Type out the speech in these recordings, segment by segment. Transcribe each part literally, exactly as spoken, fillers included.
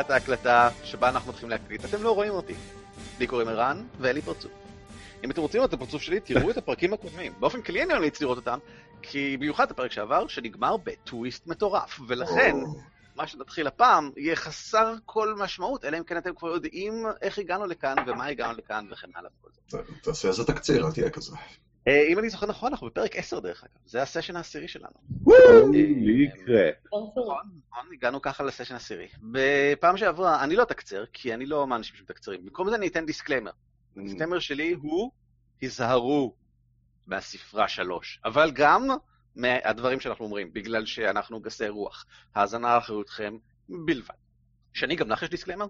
את ההקלטה שבה אנחנו מתחילים להקליט. אתם לא רואים אותי. לי קוראים ערן, ואין לי פרצוף. אם אתם רוצים לראות את הפרצוף שלי, תראו את הפרקים הקודמים. באופן כללי אני ממליץ לראות אותם, כי במיוחד הפרק שעבר, שנגמר בטוויסט מטורף. ולכן, מה שנתחיל הפעם, יהיה חסר כל משמעות, אלא אם כן אתם כבר יודעים איך הגענו לכאן, ומה הגענו לכאן, וכן הלאה. תעשה איזה תקציר, אל תהיה כזה. אם אני זוכר נכון, אנחנו בפרק עשר דרך אגב. זה הסשן העשירי שלנו. יקרה. נכון, הגענו ככה לסשן העשירי. בפעם שעברה, אני לא תקצר, כי אני לא מאנשים שמתקצרים. במקום זה אני אתן דיסקליימר. הדיסקליימר שלי הוא, היזהרו מהספרה שלוש. אבל גם מהדברים שאנחנו אומרים, בגלל שאנחנו גסי רוח. האזנה לאחריותכם בלבד. שני, גם לך יש דיסקליימר?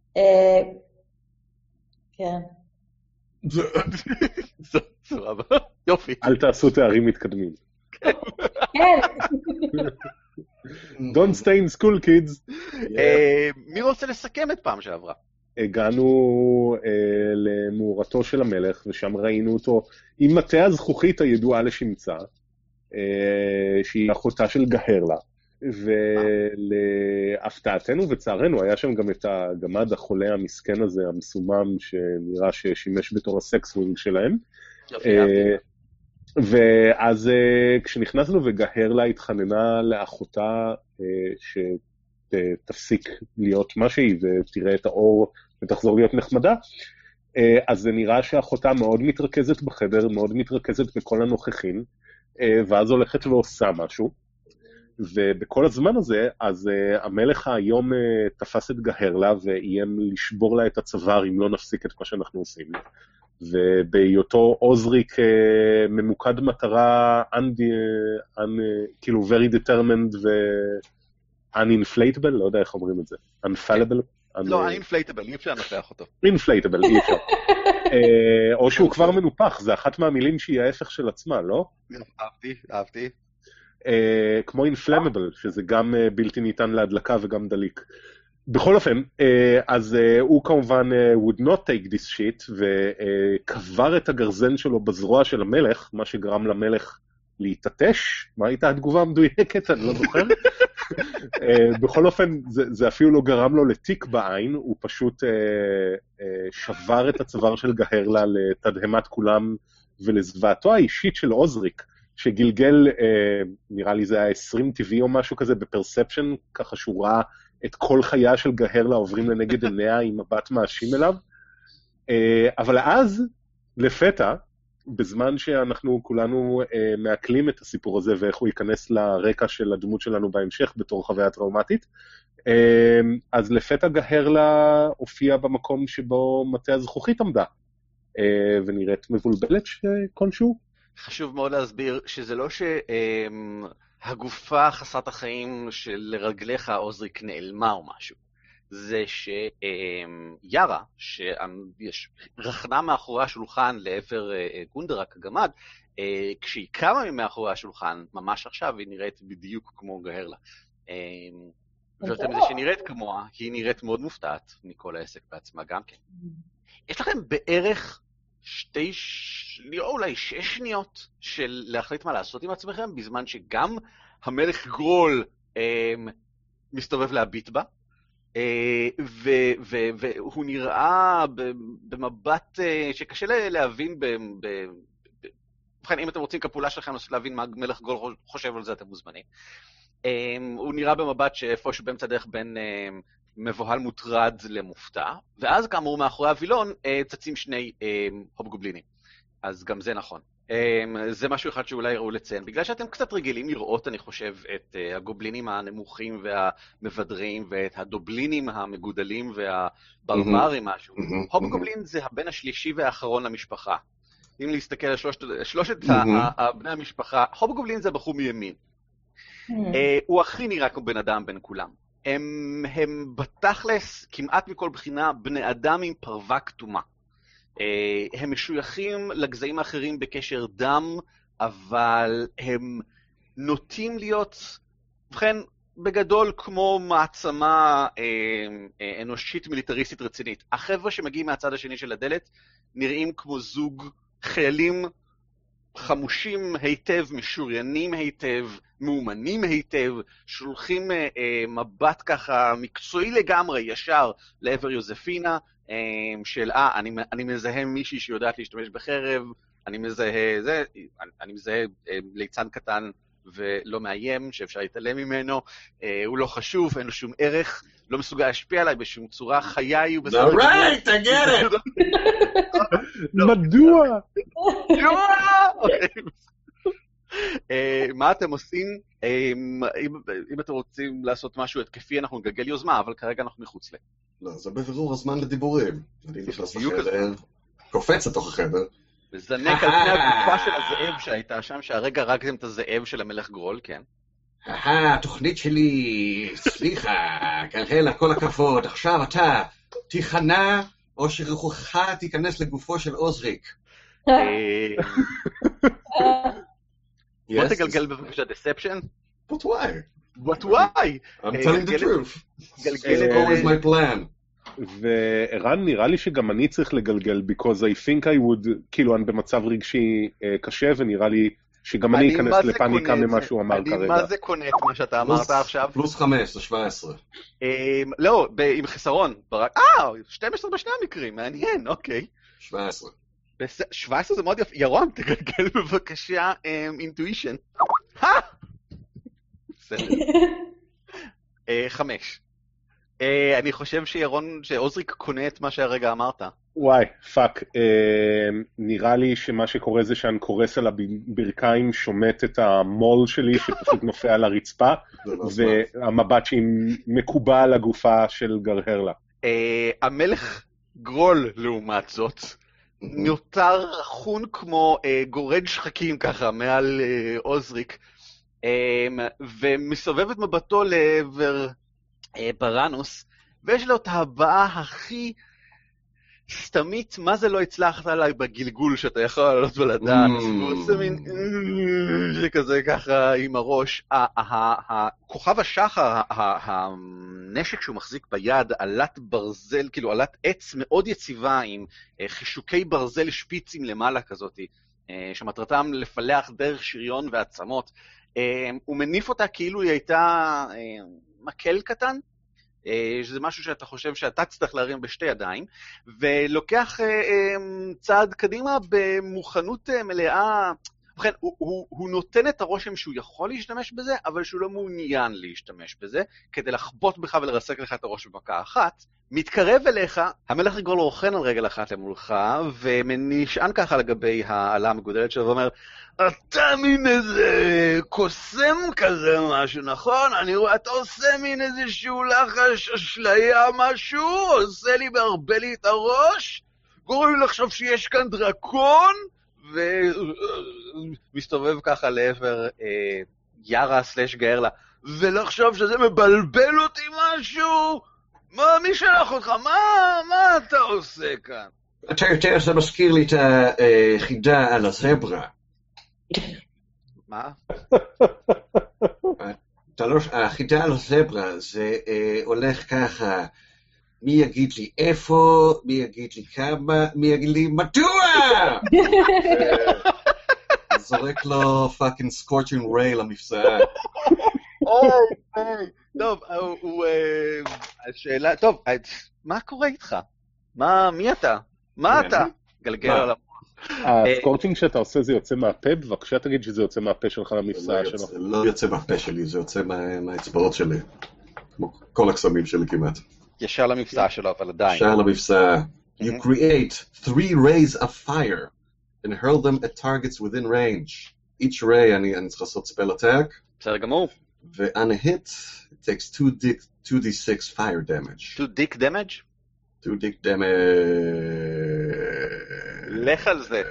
כן. סבבה, יופי. אל תעשו תארים מתקדמים. כן. Don't stay in school, kids. מי רוצה לסכם את פעם שעברה? הגענו למאורתו של המלך, ושם ראינו אותו עם מטה הזכוכית הידועה לשמצה, שהיא אחותה של גהרלה. ולהפתעתנו וצערנו היה שם גם את הגמד החולה המסכן הזה, המסומם, שנראה ששימש בתור הסקסווינג שלהם. ואז כשנכנסנו וגהרלה התחננה לאחותה שתפסיק להיות מה שהיא ותראה את האור ותחזור להיות נחמדה, אז זה נראה שאחותה מאוד מתרכזת בחדר, מאוד מתרכזת בכל הנוכחים, ואז הולכת ועושה משהו. ובכל הזמן הזה, אז uh, המלך היום uh, תפס את גהרלה ואיים לשבור לה את הצוואר אם לא נפסיק את מה שאנחנו עושים. ובהיותו עוזריק uh, ממוקד מטרה, un, uh, un, uh, כאילו very determined ו-uninflatable, לא יודע איך אומרים את זה, unfallible. לא, uninflatable, אי אפשר לנפח אותו. Inflatable, אי אפשר. uh, או שהוא כבר מנופח, זה אחת מהמילים שהיא ההפך של עצמה, לא? אהבתי, אהבתי. Uh, כמו אינפלמבל, שזה גם uh, בלתי ניתן להדלקה וגם דליק. בכל אופן, uh, אז uh, הוא כמובן uh, would not take this shit, וקבר uh, את הגרזן שלו בזרוע של המלך, מה שגרם למלך להתעטש. מה הייתה התגובה המדויקת? אני לא זוכר. uh, בכל אופן, זה, זה אפילו לא גרם לו לתיק בעין, הוא פשוט uh, uh, שבר את הצוואר של גהרלה לתדהמת כולם, ולזוועתו האישית של עוזריק, שגלגל, אה, נראה לי זה היה עשרים טבעי או משהו כזה בפרספשן, ככה שהוא ראה את כל חייה של גהרלה עוברים לנגד עיניה עם מבט מאשים אליו. אה, אבל אז, לפתע, בזמן שאנחנו כולנו אה, מעכלים את הסיפור הזה ואיך הוא ייכנס לרקע של הדמות שלנו בהמשך בתור חוויה טראומטית, אה, אז לפתע גהרלה הופיע במקום שבו מטה הזכוכית עמדה, אה, ונראית מבולבלת כלשהו. חשוב מאוד להסביר שזה לא שהגופה חסרת החיים של רגליך עוזריק נעלמה או משהו. זה שיארה, שרחנה מאחורי השולחן לעבר גונדרק הגמד, כשהיא קמה מאחורי השולחן, ממש עכשיו, היא נראית בדיוק כמו גהרלה. ויותר מזה שנראית כמוה, היא נראית מאוד מופתעת מכל העסק בעצמה גם כן. יש לכם בערך שתי, לא אולי שש שניות של להחליט מה לעשות עם עצמכם, בזמן שגם המלך גרול אה, מסתובב להביט בה, אה, ו, ו, והוא נראה במבט אה, שקשה להבין, ב, ב, ב, בכן, אם אתם רוצים כפעולה שלכם לנסות להבין מה מלך גרול חושב על זה, אתם מוזמנים. אה, הוא נראה במבט שאיפשהו באמצע דרך בין אה, מבוהל מוטרד למופתע, ואז כאמור מאחורי הווילון צצים שני הובגובלינים. אז גם זה נכון. זה משהו אחד שאולי ראו לציין, בגלל שאתם קצת רגילים לראות, אני חושב, את הגובלינים הנמוכים והמבדרים, ואת הדובלינים המגודלים והברברים משהו. הובגובלין זה הבן השלישי והאחרון למשפחה. אם להסתכל על שלושת, שלושת בני המשפחה, הובגובלין זה בחור מימין. הוא הכי נראה כמו בן אדם בין כולם. הם, הם בתכלס, כמעט מכל בחינה, בני אדם עם פרווה כתומה. הם משויכים לגזעים האחרים בקשר דם, אבל הם נוטים להיות, ובכן, בגדול כמו מעצמה אה, אנושית מיליטריסטית רצינית. החבר'ה שמגיעים מהצד השני של הדלת נראים כמו זוג חיילים חמושים היטב, משוריינים היטב, מאומנים היטב, שולחים אה, אה, מבט ככה מקצועי לגמרי, ישר, לעבר יוזפינה, אה, של, אה, אני, אני מזהה מישהי שיודעת להשתמש בחרב, אני מזהה, זה, אני, אני מזהה אה, ליצן קטן ולא מאיים, שאפשר להתעלם ממנו, אה, הוא לא חשוב, אין לו שום ערך, לא מסוגל להשפיע עליי בשום צורה, חיי הוא בסדר. Right, I get it! מדוע? מה אתם עושים? אם אתם רוצים לעשות משהו התקפי, אנחנו נגלגל יוזמה, אבל כרגע אנחנו מחוץ ל... לא, זה בבירור הזמן לדיבורים. אני נכנס לחדר, קופץ לתוך החדר. וזנק על פני הגופה של הזאב שהייתה שם, שהרגע הרגתם את הזאב של המלך גרול, כן. אהה, התוכנית שלי, סליחה, גלהלה, כל הכבוד, עכשיו אתה תיכנע, או שרוחך תיכנס לגופו של עוזריק. בוא תגלגל בבקשה deception. But why? But why? I'm telling the truth. גלגל It's את... always my plan. וערן, נראה לי שגם אני צריך לגלגל, because I think I would, כאילו, אני במצב רגשי קשה, ונראה לי שגם אני אכנס לפאניקה ממה שהוא אמר כרגע. אני מה זה קונה את מה שאתה אמרת עכשיו? פלוס חמש, זה שבע עשרה. לא, עם חיסרון. אה, שתים עשרה בשני המקרים, מעניין, אוקיי. שבע עשרה. שבע עשרה זה מאוד יפה. ירון, תגלגל בבקשה אינטואישן. בסדר. חמש. אני חושב שירון, שעוזריק קונה את מה שהרגע אמרת. וואי, פאק. נראה לי שמה שקורה זה שאני קורס על הברכיים, שומט את המול שלי שפשוט נופע על הרצפה, והמבט שהיא מקובה על הגופה של גרהרלה. המלך גרול, לעומת זאת, נותר רכון כמו גורד שחקים ככה מעל עוזריק, ומסובב את מבטו לעבר ברנוס, ויש לו את הבאה הכי סתמית, מה זה לא הצלחת עליי בגלגול שאתה יכול לעלות ולדעת, הוא עושה מין שכזה ככה עם הראש. כוכב השחר, הנשק שהוא מחזיק ביד, עלת ברזל, כאילו עלת עץ מאוד יציבה עם חישוקי ברזל שפיצים למעלה כזאת, שמטרתם לפלח דרך שריון ועצמות. הוא מניף אותה כאילו היא הייתה מקל קטן, שזה משהו שאתה חושב שאתה תצטרך להרים בשתי ידיים, ולוקח צעד קדימה במוכנות מלאה. ובכן, הוא, הוא, הוא נותן את הרושם שהוא יכול להשתמש בזה, אבל שהוא לא מעוניין להשתמש בזה, כדי לחבוט בך ולרסק לך את הראש במכה אחת. מתקרב אליך, המלך גרול רוכן על רגל אחת למולך, ונשען ככה לגבי העלה המגודלת שלו, ואומר, אתה מין איזה קוסם כזה משהו, נכון? אני רואה, אתה עושה מין איזשהו לחש אשליה משהו, עושה לי בהרבה לי את הראש, גורם לי לחשוב שיש כאן דרקון, ומסתובב ככה לעבר אה, ירה סלש גארלה, ולחשוב שזה מבלבל אותי משהו, מה, מי שלח אותך? מה, מה אתה עושה כאן? אתה יותר, זה מזכיר לי את החידה על הזברה. מה? החידה על הזברה זה הולך ככה, מי יגיד לי איפה, מי יגיד לי כמה, מי יגיד לי מדוע? זורק לו פאקינג סקורצ'ינג ריי למפסעה. טוב, הוא... השאלה... טוב, מה קורה איתך? מה, מי אתה? מה אתה? גלגל על המוח. הסקורצ'ינג שאתה עושה זה יוצא מהפה? בבקשה תגיד שזה יוצא מהפה שלך למפסעה שלו. זה לא יוצא מהפה שלי, זה יוצא מהאצבעות שלי. כמו כל הקסמים שלי כמעט. ישר למפסעה שלו, אבל עדיין. ישר למפסעה. You create three rays of fire and hurl them at targets within range. Each ray, אני, אני צריך לעשות spell attack. בסדר גמור. ו-on a hit, it takes two d six fire damage. two dick damage? two dick damage. לך על זה.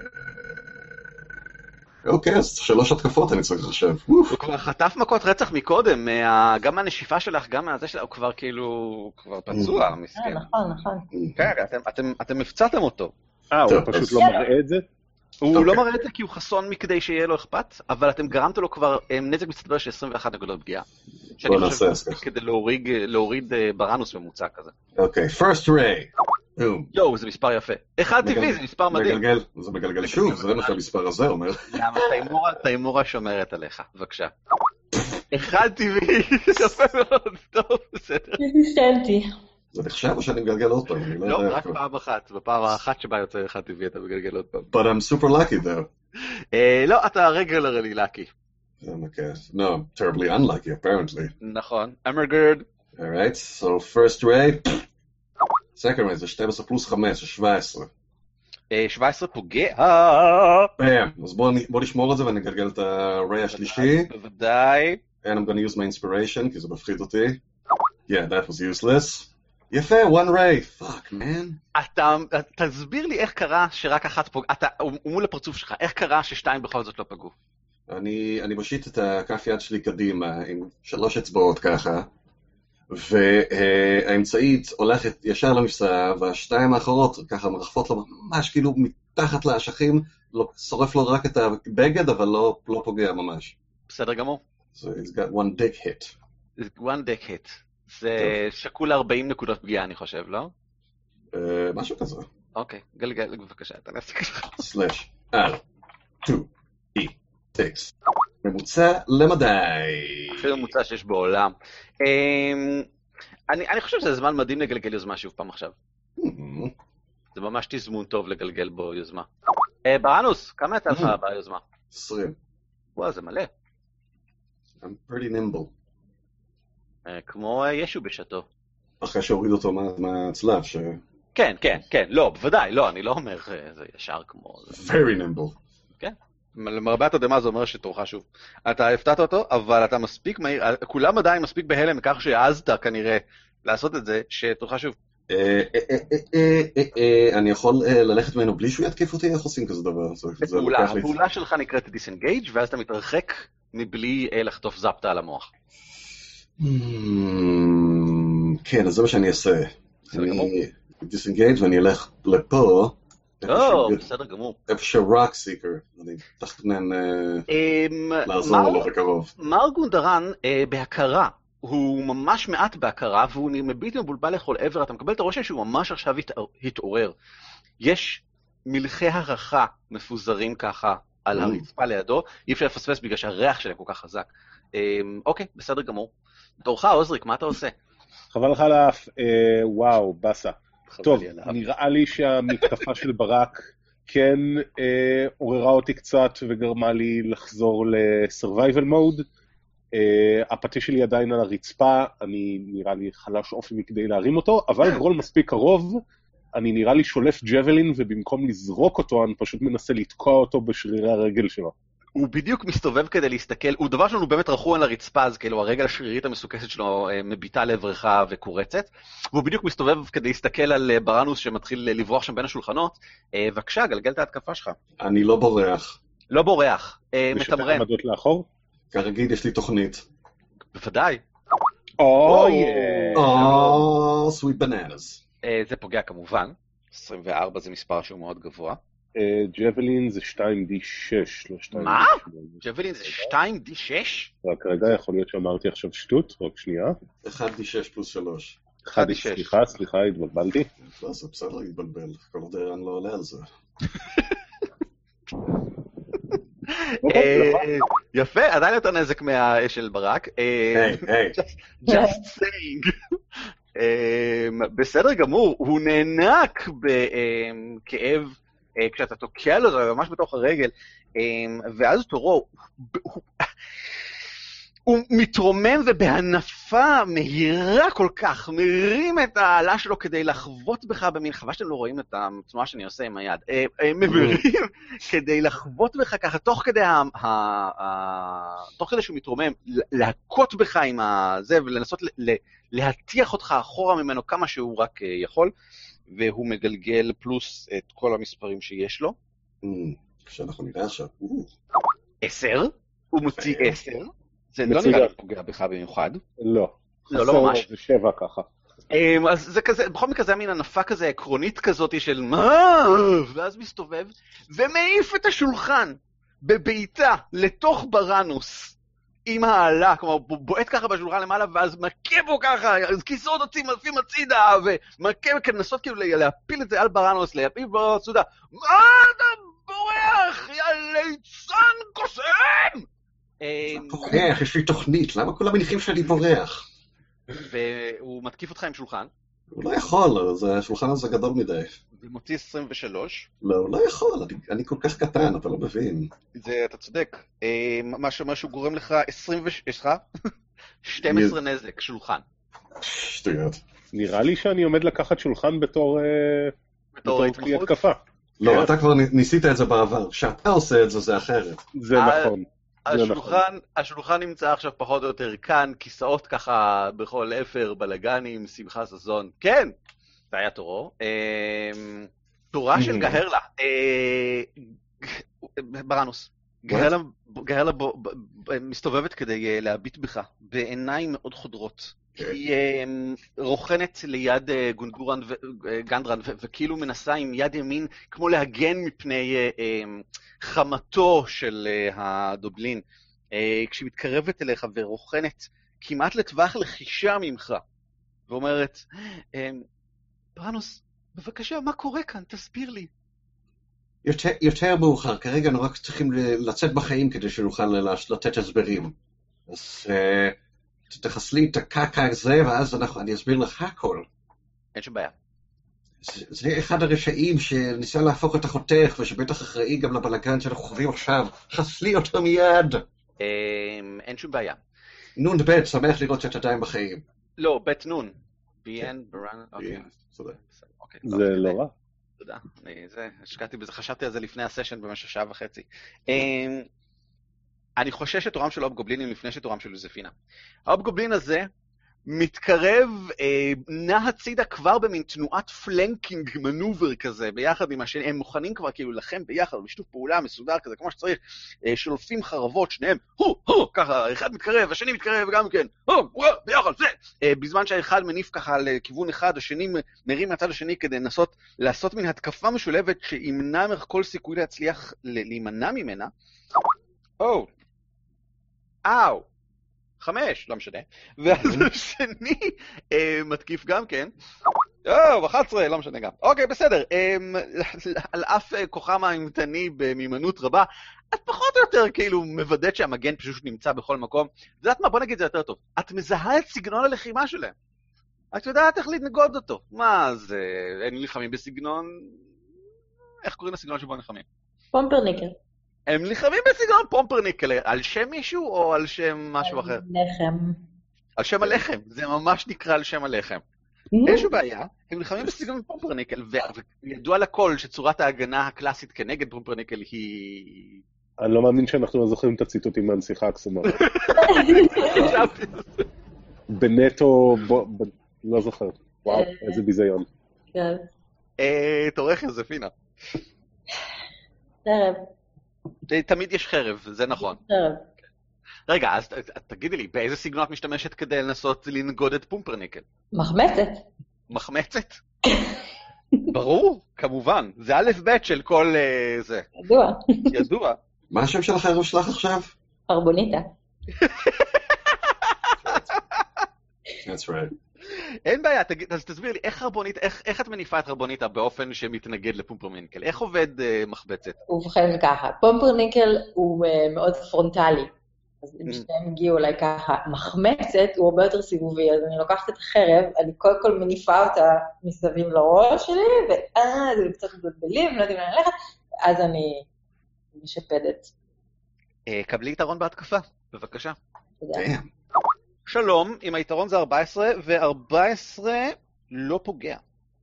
אוקיי, אז שלוש התקפות אני צריך לחשב. הוא כבר חטף מכות רצח מקודם, גם מהנשיפה שלך, גם מהזה שלה, הוא כבר כאילו, כבר פצוע, מסכן. נכון, נכון. כן, אתם הפצעתם אותו. אה, הוא פשוט לא מראה את זה? הוא לא מראה את זה כי הוא חסון מכדי שיהיה לו אכפת, אבל אתם גרמת לו כבר נזק מצטבר של עשרים ואחת נקודות פגיעה. בוא נעשה אז כדי להוריד ברנוס ממוצע כזה. אוקיי, first ray. בום. יואו, זה מספר יפה. אחד טבעי, זה מספר מדהים. מגלגל, זה מגלגל שוב, זה מה שהמספר הזה אומר. למה תיימורה שומרת עליך, בבקשה. אחד טבעי, יפה מאוד, טוב, בסדר. רזיסטנטי. זה נחשב או שאני מגלגל עוד פעם? אני לא, יודע רק איפה. פעם אחת, בפעם האחת שבה יוצא אחד טבעי אתה מגלגל עוד פעם. But I'm super lucky though. אה, לא, אתה רגולרלי לקי. I'm okay. No, I'm terribly unlucky apparently. נכון, אמרגרד. Alright, so first ray. second ray זה שתים עשרה פלוס חמש, זה שבע עשרה. שבע עשרה פוגע. Bam. אז בוא, בוא נשמור את זה ונגלגל את הריי השלישי. בוודאי. And I'm gonna use my inspiration, כי זה מפחיד אותי. Yeah, that was useless. יפה, one ray. Fuck, man. אתה, תסביר לי איך קרה שרק אחת פוגע, אתה, הוא מול הפרצוף שלך, איך קרה ששתיים בכל זאת לא פגעו? אני, אני מושיט את הכף יד שלי קדימה, עם שלוש אצבעות ככה, והאמצעית הולכת ישר למפסע, והשתיים האחרות ככה מרחפות לו ממש כאילו מתחת לאשכים, לא, שורף לו רק את הבגד, אבל לא, לא פוגע ממש. בסדר גמור. So it's got one dick hit. one dick hit. זה שקול ארבעים נקודות פגיעה, אני חושב, לא? Uh, משהו כזה. אוקיי, גלגל, בבקשה, אתה נפסיק לך. סלש, R, שתיים, E, שש. ממוצע למדי. הכי ממוצע שיש בעולם. אני, אני חושב שזה זמן מדהים לגלגל יוזמה שוב פעם עכשיו. זה ממש תזמון טוב לגלגל בו יוזמה. בראנוס, כמה יצא לך ביוזמה? עשרים. וואו, זה מלא. I'm pretty nimble. כמו ישו בשעתו. אחרי שהוריד אותו מהצלב, ש... כן, כן, כן, לא, בוודאי, לא, אני לא אומר, זה ישר כמו... Very nimble. כן, למרבה התדהמה זה אומר שתורך שוב. אתה הפתעת אותו, אבל אתה מספיק מהיר, כולם עדיין מספיק בהלם מכך שהעזת כנראה לעשות את זה, שתורך שוב. אני יכול ללכת ממנו בלי שהוא יתקיף אותי? איך עושים כזה דבר? הפעולה שלך נקראת disengage, ואז אתה מתרחק מבלי לחטוף זפטה על המוח. כן, אז זה מה שאני אעשה. אני disengage ואני אלך לפה. או, בסדר גמור. איפה שרוק סיקר, אני תכנן לעזור לו בקרוב. מר גונדרן בהכרה, הוא ממש מעט בהכרה, והוא מביט מבולבל לכל עבר, אתה מקבל את הרושם שהוא ממש עכשיו התעורר. יש מלכי הערכה מפוזרים ככה על הרצפה לידו, אי אפשר לפספס בגלל שהריח שלהם כל כך חזק. אוקיי, בסדר גמור. תורך, עוזריק, מה אתה עושה? חבל לך על האף, וואו, בסה. טוב, נראה לי שהמתקפה של ברק כן אה, עוררה אותי קצת וגרמה לי לחזור ל-survival mode. אה, הפטיש שלי עדיין על הרצפה, אני נראה לי חלש אופי מכדי להרים אותו, אבל גרול מספיק קרוב, אני נראה לי שולף ג'בלין, ובמקום לזרוק אותו, אני פשוט מנסה לתקוע אותו בשרירי הרגל שלו. הוא בדיוק מסתובב כדי להסתכל, הוא דבר שלנו באמת רכו על הרצפה, אז כאילו הרגל השרירית המסוכסת שלו מביטה לעברך וקורצת, והוא בדיוק מסתובב כדי להסתכל על בראנוס שמתחיל לברוח שם בין השולחנות. בבקשה, גלגל את ההתקפה שלך. אני לא בורח. לא בורח, מתמרן. ושתי עמדות לאחור? כרגיל יש לי תוכנית. בוודאי. או, או, sweet bananas. זה פוגע כמובן, עשרים וארבע זה מספר שהוא מאוד גבוה. ג'בלין זה שתיים די שש, לא שתיים די מה? שמונה. ג'בלין זה שתיים די שש? רק רגע, יכול להיות שאמרתי עכשיו שטות, רק שנייה. אחד די שש פלוס שלוש. אחד די שש. סליחה, סליחה, התבלבלתי. לא, זה בסדר להתבלבל, כל עוד ערן לא עולה על זה. יפה, עדיין יותר נזק מהאשל ברק. היי, היי. Just saying. בסדר גמור, הוא נענק בכאב כשאתה תוקע לו, זה ממש בתוך הרגל, ואז תורו, הוא מתרומם ובהנפה מהירה כל כך, מרים את העלה שלו כדי לחוות בך במין, חבל שאתם לא רואים את התנועה שאני עושה עם היד, מבירים כדי לחוות בך ככה, תוך כדי, תוך כדי שהוא מתרומם, להכות בך עם הזה, ולנסות להטיח אותך אחורה ממנו כמה שהוא רק יכול, והוא מגלגל פלוס את כל המספרים שיש לו. כשאנחנו נראה עכשיו. עשר? הוא מוציא עשר? זה לא נראה לי פוגע בך במיוחד. לא. לא, לא ממש. זה שבע ככה. אז זה כזה, בכל מקרה זה מין ענפה כזה עקרונית כזאת של מה? ואז מסתובב, ומעיף את השולחן בביתה לתוך בראנוס. עם העלה, כלומר, הוא בועט ככה בשולחן למעלה, ואז מכה בו ככה, אז כיסאות יוצאים עפים הצידה, ומכה, לנסות כאילו להפיל את זה על בראנוס, להפיל בראנוס, מה אתה בורח, יא ליצן קוסם! בורח, יש לי תוכנית, למה כולם מניחים שאני בורח? והוא מתקיף אותך עם שולחן. הוא לא יכול, השולחן הזה גדול מדי. ומוציא עשרים ושלוש. לא, הוא לא יכול, אני, אני כל כך קטן, אתה לא מבין. זה, אתה צודק. משהו, משהו גורם לך עשרים ושש, סליחה? שתים עשרה נזק, שולחן. שטויות. נראה לי שאני עומד לקחת שולחן בתור בתור כלי התקפה. לא, אתה כבר ניסית את זה בעבר. כשאתה עושה את זה, זה אחרת. זה נכון. השולחן, השולחן נמצא עכשיו פחות או יותר כאן, כיסאות ככה בכל אפר, בלגנים, שמחה סזון. כן, זה היה תורו. תורה של גהרלה. בראנוס. גהרלה מסתובבת כדי להביט בך, בעיניים מאוד חודרות. היא רוחנת ליד גנדרן, וכאילו מנסה עם יד ימין, כמו להגן מפני חמתו של הדובלין, כשהיא מתקרבת אליך ורוחנת כמעט לטווח לחישה ממך, ואומרת, בראנוס, בבקשה, מה קורה כאן? תסביר לי. יותר, יותר מאוחר, כרגע אנחנו רק צריכים לצאת בחיים כדי שנוכל לתת הסברים. אז תחסלי את הקעקע הזה, ואז אנחנו, אני אסביר לך הכל. אין שום בעיה. זה, זה אחד הרשעים שניסה להפוך את החותך, ושבטח אחראי גם לבלגן שאנחנו חווים עכשיו. חסלי אותו מיד. אין שום בעיה. נון בית, שמח לראות שאת עדיין בחיים. לא, בית נון. ביאן, ברן, אוקיי. זה לא רע. תודה. זה, השקעתי בזה, חשבתי על זה לפני הסשן במשך שעה וחצי. אני חושש את תורם של האובגובלינים לפני שתורם של יוזפינה. האובגובלין הזה מתקרב, אה, נע הצידה כבר במין תנועת פלנקינג מנובר כזה, ביחד עם השני, הם מוכנים כבר כאילו לכם ביחד, בשיתוף פעולה מסודר כזה, כמו שצריך, אה, שולפים חרבות, שניהם, הו, הו, ככה, אחד מתקרב, השני מתקרב, וגם כן, הו, הו, ביחד, זה, אה, בזמן שהאחד מניף ככה לכיוון אחד, השני מרים מהצד השני כדי לנסות, לעשות מין התקפה משולבת, שימנע ממך כל סיכוי להצליח להימנע ממנה. או, אאו, חמש, לא משנה. ואז השני מתקיף גם כן. או, אחת עשרה, לא משנה גם. אוקיי, בסדר. על אף כוחם האימתני במימנות רבה, את פחות או יותר כאילו מוודאת שהמגן פשוט נמצא בכל מקום. זה יודעת מה? בוא נגיד זה יותר טוב. את מזהה את סגנון הלחימה שלהם. את יודעת איך לנגוד אותו. מה זה? הם נלחמים בסגנון... איך קוראים לסגנון שבו נלחמים? פומפרניקל. הם נלחמים בסגנון פומפרניקל, על שם מישהו או על שם משהו אחר? על לחם. על שם הלחם, זה ממש נקרא על שם הלחם. אין שום בעיה, הם נלחמים בסגנון פומפרניקל, וידוע לכל שצורת ההגנה הקלאסית כנגד פומפרניקל היא... אני לא מאמין שאנחנו לא זוכרים את הציטוטים מהנסיכה הקסומה. בנטו, לא זוכר. וואו, איזה ביזיון. כן. תורך יוזפינה. חרב. תמיד יש חרב, זה נכון. חרב. רגע, אז תגידי לי, באיזה סגנון את משתמשת כדי לנסות לנגוד את פומפרניקל? מחמצת. מחמצת? ברור, כמובן. זה א' ב' של כל זה. ידוע. ידוע. מה השם של החרב שלך עכשיו? ארבוניטה. That's right. אין בעיה, אז תסביר לי, איך הרבונית, איך, איך את מניפה את הרבוניתה באופן שמתנגד לפומפרניקל? איך עובד uh, מחבצת? ובכן ככה, פומפרניקל הוא uh, מאוד פרונטלי, אז אם שניהם הגיעו אולי ככה, מחמצת הוא הרבה יותר סיבובי, אז אני לוקחת את החרב, אני קודם כל מניפה אותה מסביב לראש שלי, ואז זה קצת מבלבלים, לא יודעים לאן ללכת, אז אני משפדת. Uh, קבלי יתרון בהתקפה, בבקשה. תודה. שלום, עם היתרון זה ארבע עשרה, ו-ארבע עשרה לא פוגע.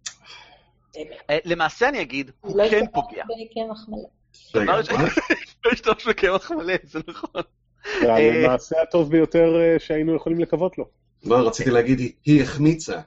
למעשה אני אגיד, הוא כן פוגע. בקמח מלא. לא ישתוש בקמח מלא, זה נכון. המעשה הטוב ביותר שהיינו יכולים לקוות לו. לא, רציתי להגיד, היא החמיצה.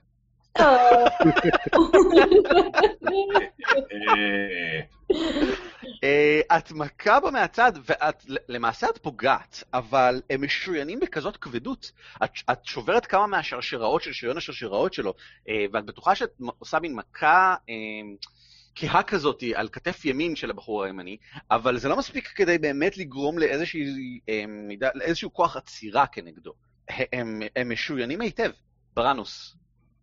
את מכה בה מהצד, ולמעשה את פוגעת, אבל הם משוריינים בכזאת כבדות. את שוברת כמה מהשרשראות של שריון השרשראות שלו, ואת בטוחה שאת עושה מין מכה כהה כזאת על כתף ימין של הבחור הימני, אבל זה לא מספיק כדי באמת לגרום לאיזשהו, לאיזשהו כוח עצירה כנגדו. הם, הם משוינים היטב. בראנוס.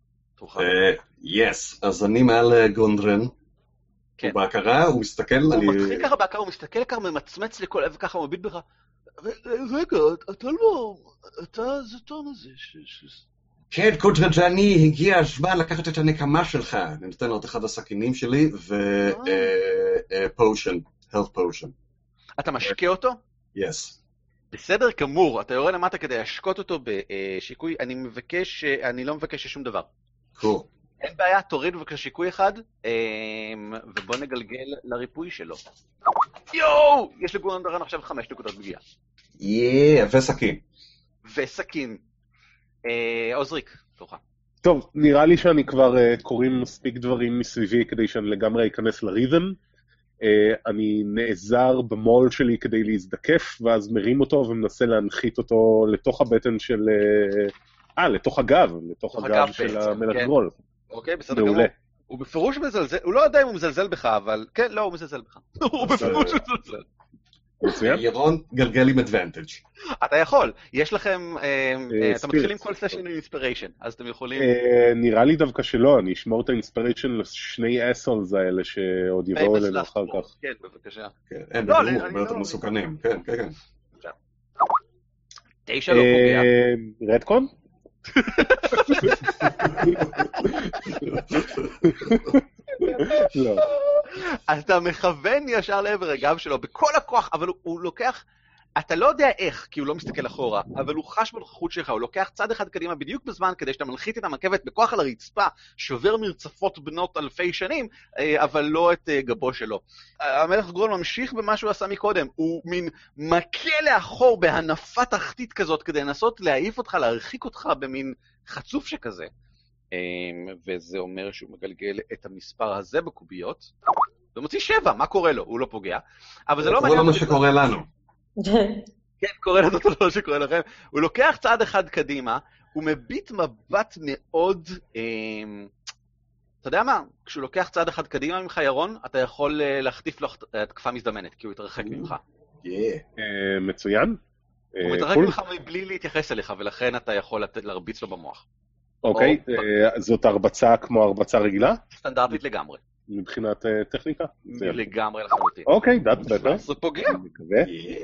יס, אז אני מעל גונדרן. הוא בהכרה, הוא מסתכל... הוא מתחיל ככה בהכרה, הוא מסתכל ככה, ממצמץ לכל עבר ככה, הוא מביט בך. רגע, אתה לא... אתה... זה טוב הזה. כן, קודרג'ני, הגיע הזמן לקחת את הנקמה שלך. אני נותן לו את אחד הסכינים שלי, ופושן, health potion. אתה משקה אותו? יס. בסדר גמור, אתה יורד למטה כדי להשקות אותו בשיקוי, אני מבקש, אני לא מבקש שום דבר. קול. אין בעיה, תוריד בבקשה שיקוי אחד, ובוא נגלגל לריפוי שלו. יואו! יש לגונדרן עכשיו חמש נקודות פגיעה. יאה, וסכין. וסכין. עוזריק, תורך. טוב, נראה לי שאני כבר uh, קוראים מספיק דברים מסביבי כדי שאני לגמרי אכנס לרית'ם. Uh, אני נעזר במול שלי כדי להזדקף, ואז מרים אותו ומנסה להנחית אותו לתוך הבטן של... אה, לתוך הגב, לתוך הגב, הגב של המלך כן. גרול. אוקיי, בסדר גמור. הוא בפירוש מזלזל, הוא לא יודע אם הוא מזלזל בך, אבל כן, לא, הוא מזלזל בך. הוא בפירוש מזלזל. ירון, גלגל עם אדוונטג'. אתה יכול, יש לכם, אתה מתחיל עם כל סשן עם אינספיריישן, אז אתם יכולים... נראה לי דווקא שלא, אני אשמור את האינספיריישן לשני אסולס האלה שעוד יבואו אלינו אחר כך. כן, בבקשה. הם ברור, הרבה יותר מסוכנים, כן, כן, כן. תשע לא פוגע. רדקון? לא. אתה מכוון ישר לעבר הגב שלו בכל הכוח, אבל הוא לוקח, אתה לא יודע איך, כי הוא לא מסתכל אחורה, אבל הוא חש בנוכחות שלך, הוא לוקח צד אחד קדימה בדיוק בזמן כדי שאתה מנחית את המרכבת בכוח על הרצפה, שובר מרצפות בנות אלפי שנים, אבל לא את גבו שלו. המלך גרול ממשיך במה שהוא עשה מקודם, הוא מין מכה לאחור בהנפה תחתית כזאת, כדי לנסות להעיף אותך, להרחיק אותך במין חצוף שכזה. וזה אומר שהוא מגלגל את המספר הזה בקוביות, ומוציא שבע, מה קורה לו? הוא לא פוגע, אבל זה לא מעניין... קורה לו מה שקורה לנו. כן, קורה לנו אותו לא שקורה לכם. הוא לוקח צעד אחד קדימה, הוא מביט מבט מאוד... אתה יודע מה? כשהוא לוקח צעד אחד קדימה ממך, ירון, אתה יכול להחטיף לו תקפה מזדמנת, כי הוא יתרחק ממך. מצוין. הוא מתרחק ממך מבלי להתייחס אליך, ולכן אתה יכול להרביץ לו במוח. אוקיי, זאת הרבצה כמו הרבצה רגילה? סטנדרטית לגמרי. מבחינת טכניקה? לגמרי לחלוטין. אוקיי, דעת בטח. זה פוגע. אני מקווה.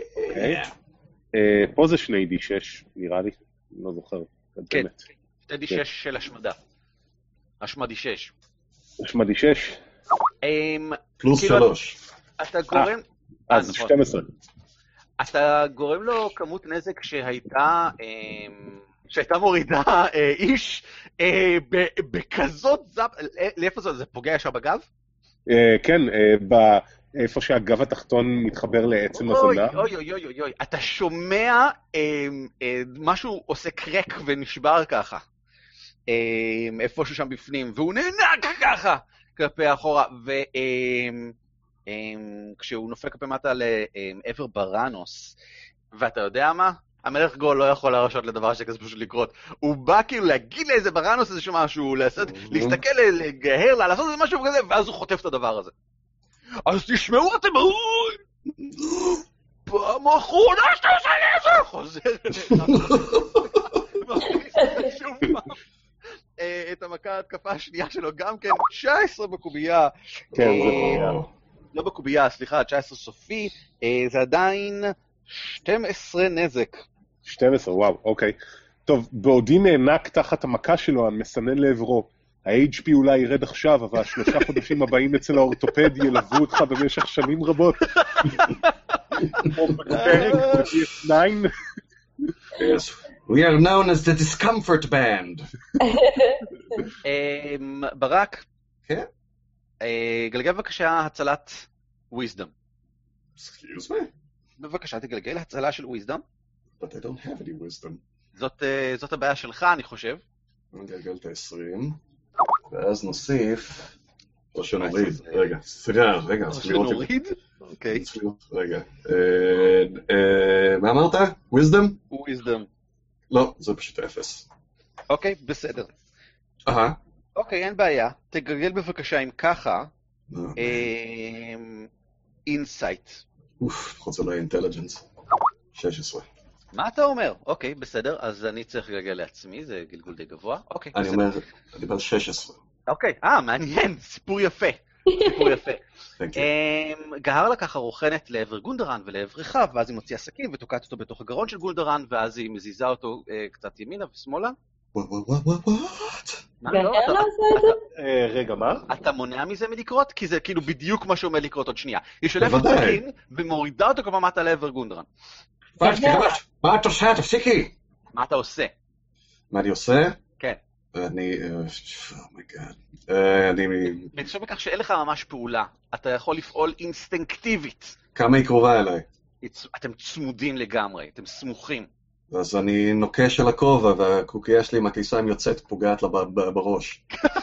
פה זה שני די שש, נראה לי. לא זוכר. כן, שני די שש של השמדה. השמדי שש. השמדי שש? פלוס שלוש. אתה גורם... אז שתים עשרה. אתה גורם לו כמות נזק שהייתה... שהייתה מורידה איש בכזאת זאפ... לאיפה זה? זה פוגע ישר בגב? כן, איפה שהגב התחתון מתחבר לעצם הזנב. אוי, אוי, אוי, אוי, אתה שומע משהו עושה קרק ונשבר ככה. איפשהו שם בפנים, והוא נענק ככה כלפי האחורה, וכשהוא נופל כלפי מטה לעבר בראנוס, ואתה יודע מה? המלך גול לא יכול להרשות לדבר שכזה פשוט לקרות. הוא בא כאילו להגיד לאיזה בראנוס איזשהו משהו, להסתכל, לגהר לה, לעשות איזה משהו כזה, ואז הוא חוטף את הדבר הזה. אז תשמעו אתם, פעם האחרונה שאתה עושה לי את זה, חוזר אליך. את המכה התקפה השנייה שלו גם כן, תשע עשרה בקובייה. כן, זה קובייה. לא בקובייה, סליחה, תשע עשרה סופי, זה עדיין שתים עשרה נזק. שתים עשרה, וואו, אוקיי. טוב, בעודי נענק תחת המכה שלו, אני מסנן לעברו. ה-אייץ' פי אולי ירד עכשיו, אבל השלושה חודשים הבאים אצל האורתופד ילוו אותך במשך שנים רבות. פרק, תשע. We are known as the discomfort band. ברק. כן? גלגל בבקשה הצלת wisdom. Excuse me? בבקשה תגלגל הצלה של wisdom. But I don't have any wisdom. זאת, זאת הבעיה שלך, אני חושב. נגלגל את ה-עשרים, ואז נוסיף, או שנוריד, רגע, סליחה, רגע, או שנוריד? אוקיי. רגע, מה אמרת? wisdom? wisdom. לא, זה פשוט אפס. אוקיי, בסדר. אהה. אוקיי, אין בעיה. תגלגל בבקשה אם ככה, אינסייט. אוף, לפחות זה לא אינטליג'נס. שש עשרה. מה אתה אומר? אוקיי, בסדר, אז אני צריך לגלגל לעצמי, זה גלגול די גבוה. אוקיי, אני בסדר. אומר, אני דיבר שש עשרה. אוקיי, אה, מעניין, סיפור יפה. סיפור יפה. Thank you. אמ, גהרלה ככה רוכנת לעבר גונדרן ולעבר רחב, ואז היא מוציאה סכין ותוקעת אותו בתוך הגרון של גונדרן, ואז היא מזיזה אותו אה, קצת ימינה ושמאלה. וואט וואט וואט וואט? מה, לא, גהרלה אתה- עושה את זה? אה, רגע, מה? אתה מונע מזה מלקרות? כי זה כאילו בדיוק מה שעומד לקרות עוד שנייה. היא שולפת בוודאי. סכין ומורידה אותו כבר מטה לעבר גונדרן. פשטי, מה את עושה? תפסיקי! מה אתה עושה? מה אני עושה? כן. אני... אומייגאד. אני... בהתחשב בכך שאין לך ממש פעולה, אתה יכול לפעול אינסטינקטיבית. כמה היא קרובה אליי? אתם צמודים לגמרי, אתם סמוכים. אז אני נוקש על הכובע, והקוקייה שלי עם הקיסם יוצאת, פוגעת לה ב- ב- בראש.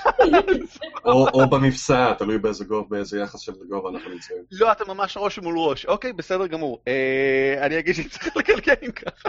או, או במפסע, תלוי באיזה גובה, באיזה יחס של גובה אנחנו נמצאים. לא, אתה ממש ראש מול ראש. אוקיי, בסדר גמור. אה, אני אגיד שצריך לגלגל עם ככה.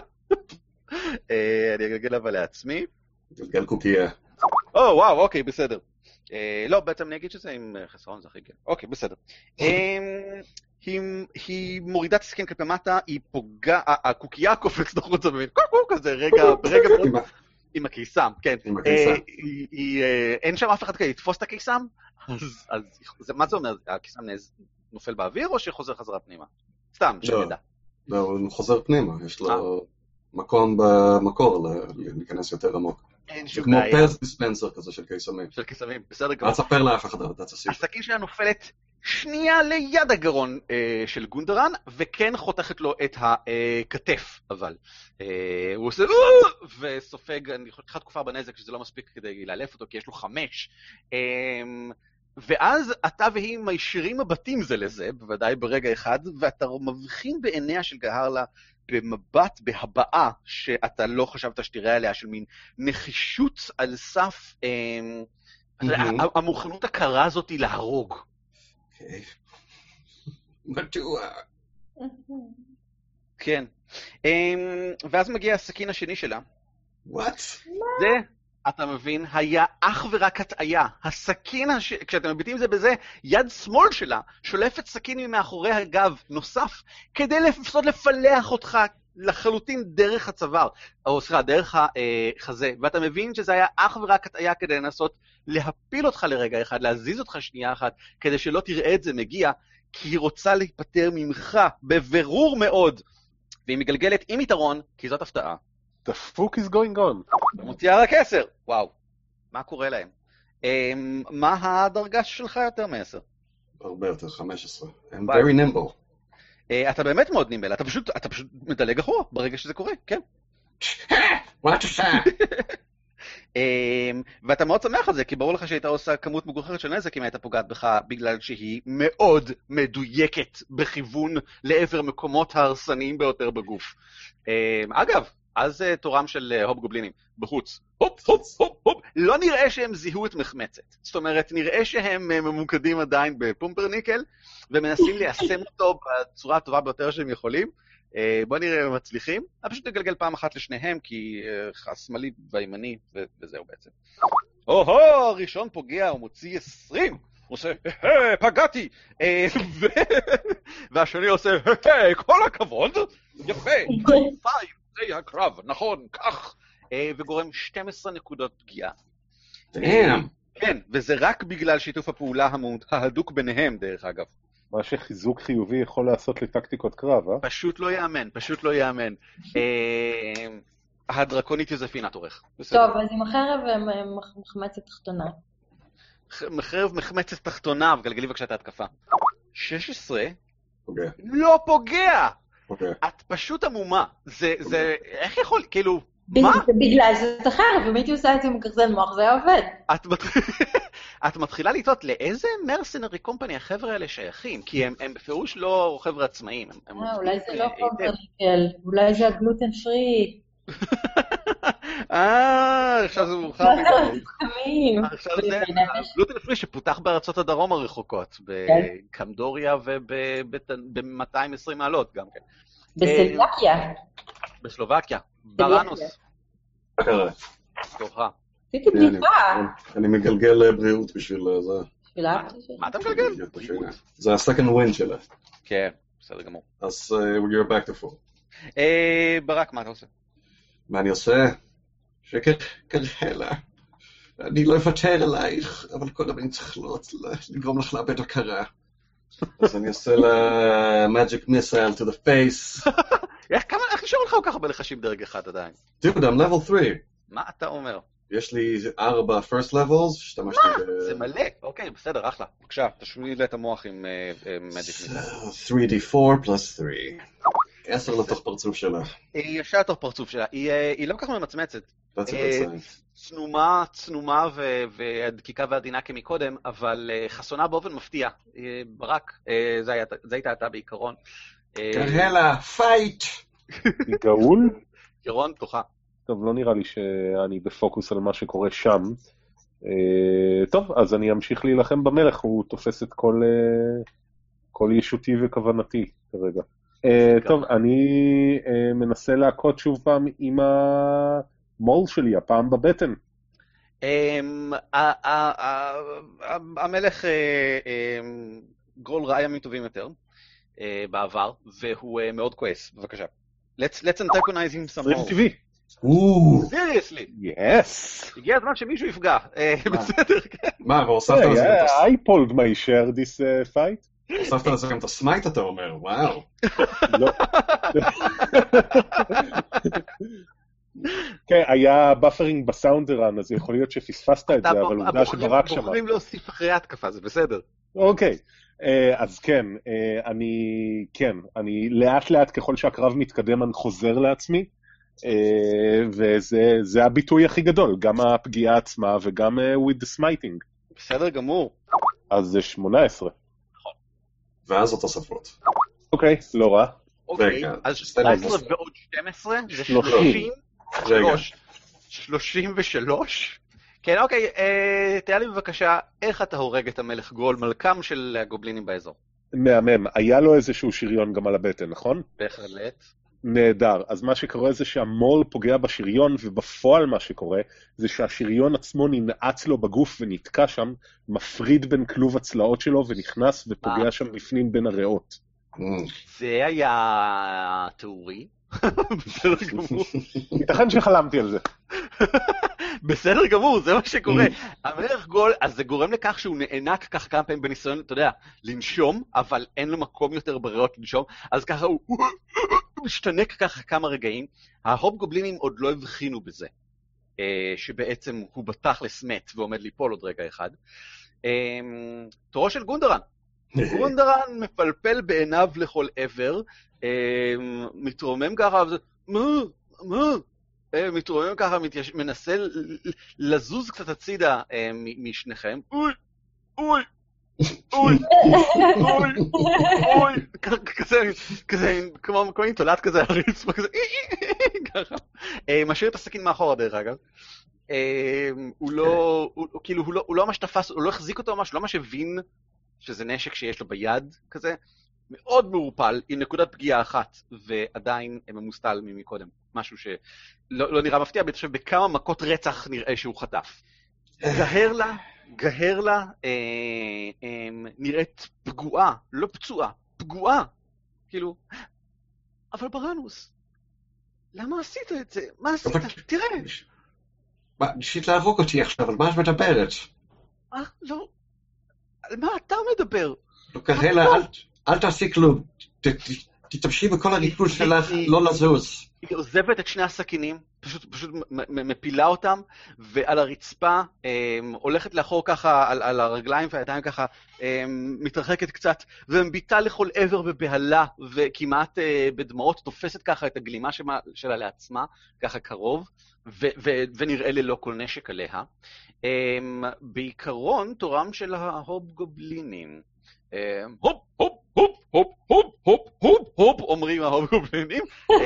אה, אני אגלגל אבל לעצמי. גלגל קוקייה. או, וואו, אוקיי, בסדר. אה, לא, בעצם אני אגיד שזה עם אה, חסרון, זה הכי כן. אוקיי, בסדר. אה, היא, היא מורידה את הסכין כלפי מטה, היא פוגעה, הקוקייה קופצת החוצה במין, קו קו כזה, רגע, ברגע מאוד, עם ה- עם הקיסם, כן. עם הקיסם. אה, היא- היא, אה, אין שם אף אחד כדי לתפוס את הקיסם? אז, אז זה- מה זה אומר? הקיסם נז- נופל באוויר או שחוזר חזרה פנימה? סתם, שנדע. לא, הוא חוזר פנימה, יש לו מקום במקור ל- להיכנס יותר עמוק. אין זה שום כמו בעיה. פרס דיספנסר כזה של קיסמים. של קיסמים, בסדר אל גמור. תספר לאף אחד, אתה תסיף. הסכין שלה נופלת שנייה ליד הגרון אה, של גונדרן, וכן חותכת לו את הכתף, אבל. אה, הוא עושה "אה!" וסופג, אני חושב, תקופה בנזק, שזה לא מספיק כדי לאלף אותו, כי יש לו חמש. אה, ואז אתה והיא מישירים מבטים זה לזה, בוודאי ברגע אחד, ואתה מבחין בעיניה של גהרלה במבט, בהבעה, שאתה לא חשבת שתראה עליה, של מין נחישות על סף... אה, מהמם. המוכנות הקרה הזאת היא להרוג. אוקיי. מדוע? כן. אמ, ואז מגיע הסכין השני שלה. וואט? זה, אתה מבין, היה אך ורק הטעיה. הסכין, הש... כשאתם מביטים זה בזה, יד שמאל שלה שולפת סכין ממאחורי הגב נוסף, כדי לפסות לפלח אותך לחלוטין דרך הצוואר, או סליחה, דרך החזה, ואתה מבין שזה היה אך ורק הטעיה כדי לנסות להפיל אותך לרגע אחד, להזיז אותך שנייה אחת, כדי שלא תראה את זה מגיע, כי היא רוצה להיפטר ממך בבירור מאוד, והיא מגלגלת עם יתרון, כי זאת הפתעה. The fuck is going on? מוציאה רק עשר, וואו, מה קורה להם? אמ, מה הדרגה שלך יותר מעשר? הרבה יותר, חמש עשרה. I'm ביי. very nimble. אה, אתה באמת מאוד נימבל, אתה פשוט, אתה פשוט מדלג אחורה ברגע שזה קורה, כן. מה את עושה? אמ, ואתה מאוד שמח על זה, כי ברור לך שהייתה עושה כמות מגוחרת של נזק אם הייתה פוגעת בך, בגלל שהיא מאוד מדויקת בכיוון לעבר מקומות ההרסניים ביותר בגוף. אמ, אגב, אז אה, תורם של אה, הופ גובלינים, בחוץ. הופ, הופ, הופ, הופ. לא נראה שהם זיהו את מחמצת. זאת אומרת, נראה שהם אה, ממוקדים עדיין בפומפרניקל, ומנסים ליישם אותו בצורה הטובה ביותר שהם יכולים. אה, בוא נראה אם הם מצליחים. אני פשוט נגלגל פעם אחת לשניהם, כי אה, השמאלי והימני, ו- וזהו בעצם. או-הו, הראשון פוגע, הוא מוציא עשרים. הוא עושה, היי, פגעתי. אה, ו- והשני עושה, היי, כל הכבוד. יפה, פייב. זה הקרב, נכון, כך, אה, וגורם שתים עשרה נקודות פגיעה. Damn. כן, וזה רק בגלל שיתוף הפעולה המות- ההדוק ביניהם, דרך אגב. מה שחיזוק חיובי יכול לעשות לטקטיקות קרב, אה? פשוט לא יאמן, פשוט לא יאמן. אה, הדרקונית יוזפינת עורך. בסדר. טוב, אז עם החרב ומח- מחמצת תחתונה. ח- חרב מחמצת תחתונה, וגלגלי בבקשה את ההתקפה. שש עשרה פוגע, לא פוגע! פוגע. את פשוט עמומה. זה, זה, איך יכול, כאילו, בגלל- מה? בגלל שזה החרב, אם הייתי עושה את זה עם גרזן מוח, זה היה עובד. את, מת... את מתחילה לטעות לאיזה מרסנרי קומפני החבר'ה האלה שייכים, כי הם, הם בפירוש לא חבר'ה עצמאיים. הם, הם אה, אולי זה עובדים, לא אה, היטב. פומפרניקל, אולי זה הגלוטן פרי. אה, עכשיו זה מאוחר מדי. חכמים. עכשיו זה בנפש. גלוטן פרי שפותח בארצות הדרום הרחוקות, בקמדוריה וב-מאתיים ועשרים מעלות גם כן. בסלובקיה. בסלובקיה, בראנוס, מה קרה? תורך. עשיתי אני- בדיחה. אני מגלגל בריאות בשביל זה. תפילה? מה אתה מגלגל? זה ה-second win שלה. כן, בסדר גמור. אז you're back to full. ברק, מה אתה עושה? מה אני עושה? שכרהלה. אני לא אוותר עלייך, אבל קודם אני צריך לגרום לך לאבד הכרה. אז אני אעשה לה magic missile to the face. איך נשאר לך ככה בלחשים דרג אחד עדיין? Dude, I'm level three. מה אתה אומר? יש לי ארבע first levels, שתמשתי ב... זה מלא, אוקיי, בסדר, אחלה. בבקשה, תשמיד לי את המוח עם magic missile. three d four plus three. עשר לתוך פרצוף שלה. היא ישר לתוך פרצוף שלה. היא לא כל כך ממצמצת. That's a good sign. צנומה, צנומה והדקיקה ועדינה כמקודם, אבל חסונה באופן מפתיע. ברק, זה הייתה אתה בעיקרון. קרהלה, פייט! גאול? ירון, תוכה. טוב, לא נראה לי שאני בפוקוס על מה שקורה שם. טוב, אז אני אמשיך להילחם במלך, הוא תופס את כל, כל ישותי וכוונתי כרגע. טוב, אני מנסה להכות שוב פעם עם המול שלי, הפעם בבטן. המלך גרול ראה ימים טובים יותר בעבר, והוא מאוד כועס. בבקשה. Let's antagonize him some more. טבעי. Seriously. Yes. הגיע הזמן שמישהו יפגע. בסדר, כן. מה, והוספת לזה גם את I pulled my share this fight. הוספת לזה גם את הסמייט, אתה אומר, וואו. לא. כן, היה באפרינג בסאונדרן, אז יכול להיות שפספסת את זה, אבל עובדה שברק שמע. בוחרים להוסיף אחרי התקפה, זה בסדר. אוקיי, אז כן, אני, כן, אני לאט לאט ככל שהקרב מתקדם אני חוזר לעצמי, וזה הביטוי הכי גדול, גם הפגיעה עצמה וגם with the smiting. בסדר גמור. אז זה שמונה עשרה. ואז התוספות. אוקיי, לא רע. אוקיי, אז שמונה עשרה ועוד שתים עשרה, זה שלושים. שלושים ושלוש. כן, אוקיי, תהיה לי בבקשה, איך אתה הורג את המלך גול, מלכם של הגובלינים באזור? מהמם, היה לו איזשהו שריון גם על הבטן, נכון? בהחלט. נהדר, אז מה שקורה זה שהמול פוגע בשריון, ובפועל מה שקורה זה שהשריון עצמו ננעץ לו בגוף ונתקע שם, מפריד בין כלוב הצלעות שלו ונכנס ופוגע שם בפנים בין הריאות. זה היה תיאורי. בסדר גמור. ייתכן שחלמתי על זה. בסדר גמור, זה מה שקורה. המלך גול, אז זה גורם לכך שהוא נענק כך כמה פעמים בניסיון, אתה יודע, לנשום, אבל אין לו מקום יותר בריאות לנשום, אז ככה הוא משתנק ככה כמה רגעים. ההופ גובלינים עוד לא הבחינו בזה, שבעצם הוא בתכלס מת ועומד ליפול עוד רגע אחד. תורו של גונדרן. גונדרן מפלפל בעיניו לכל עבר, מתרומם ככה, מה? מה? מתרומם ככה, מנסה לזוז קצת הצידה משניכם. אוי, אוי, אוי, אוי, אוי, כזה, כזה, כמו עם תולעת כזה, הרצפה כזה, ככה. משאיר את הסכין מאחורה דרך אגב. הוא לא, כאילו, הוא לא ממש תפס, הוא לא החזיק אותו ממש, לא ממש הבין שזה נשק שיש לו ביד כזה. מאוד מעורפל, עם נקודת פגיעה אחת, ועדיין ממוסתל ממקודם. משהו שלא לא נראה מפתיע, בתחשב בכמה מכות רצח נראה שהוא חטף. גהרלה, גהרלה אה, אה, נראית פגועה, לא פצועה, פגועה. כאילו, אבל ברנוס, למה עשית את זה? מה עשית? תראה. מה, ניסית להרוג אותי עכשיו, על מה את מדברת? אה, לא. על מה אתה מדבר? גהרלה, אל... אל תעשי כלום, תתמשי בכל הריכוז שלך, לא לזוז. היא עוזבת את שני הסכינים, פשוט, פשוט מפילה אותם, ועל הרצפה הולכת לאחור ככה, על, על הרגליים והידיים ככה, מתרחקת קצת, ומביטה לכל עבר בבהלה, וכמעט בדמעות תופסת ככה את הגלימה שלה לעצמה, ככה קרוב, ו, ו, ונראה ללא כל נשק עליה. בעיקרון, תורם של ההופ גובלינים, הופ, הופ, הופ, הופ, הופ, הופ, הופ, הופ, אומרים ההופ גובלינים,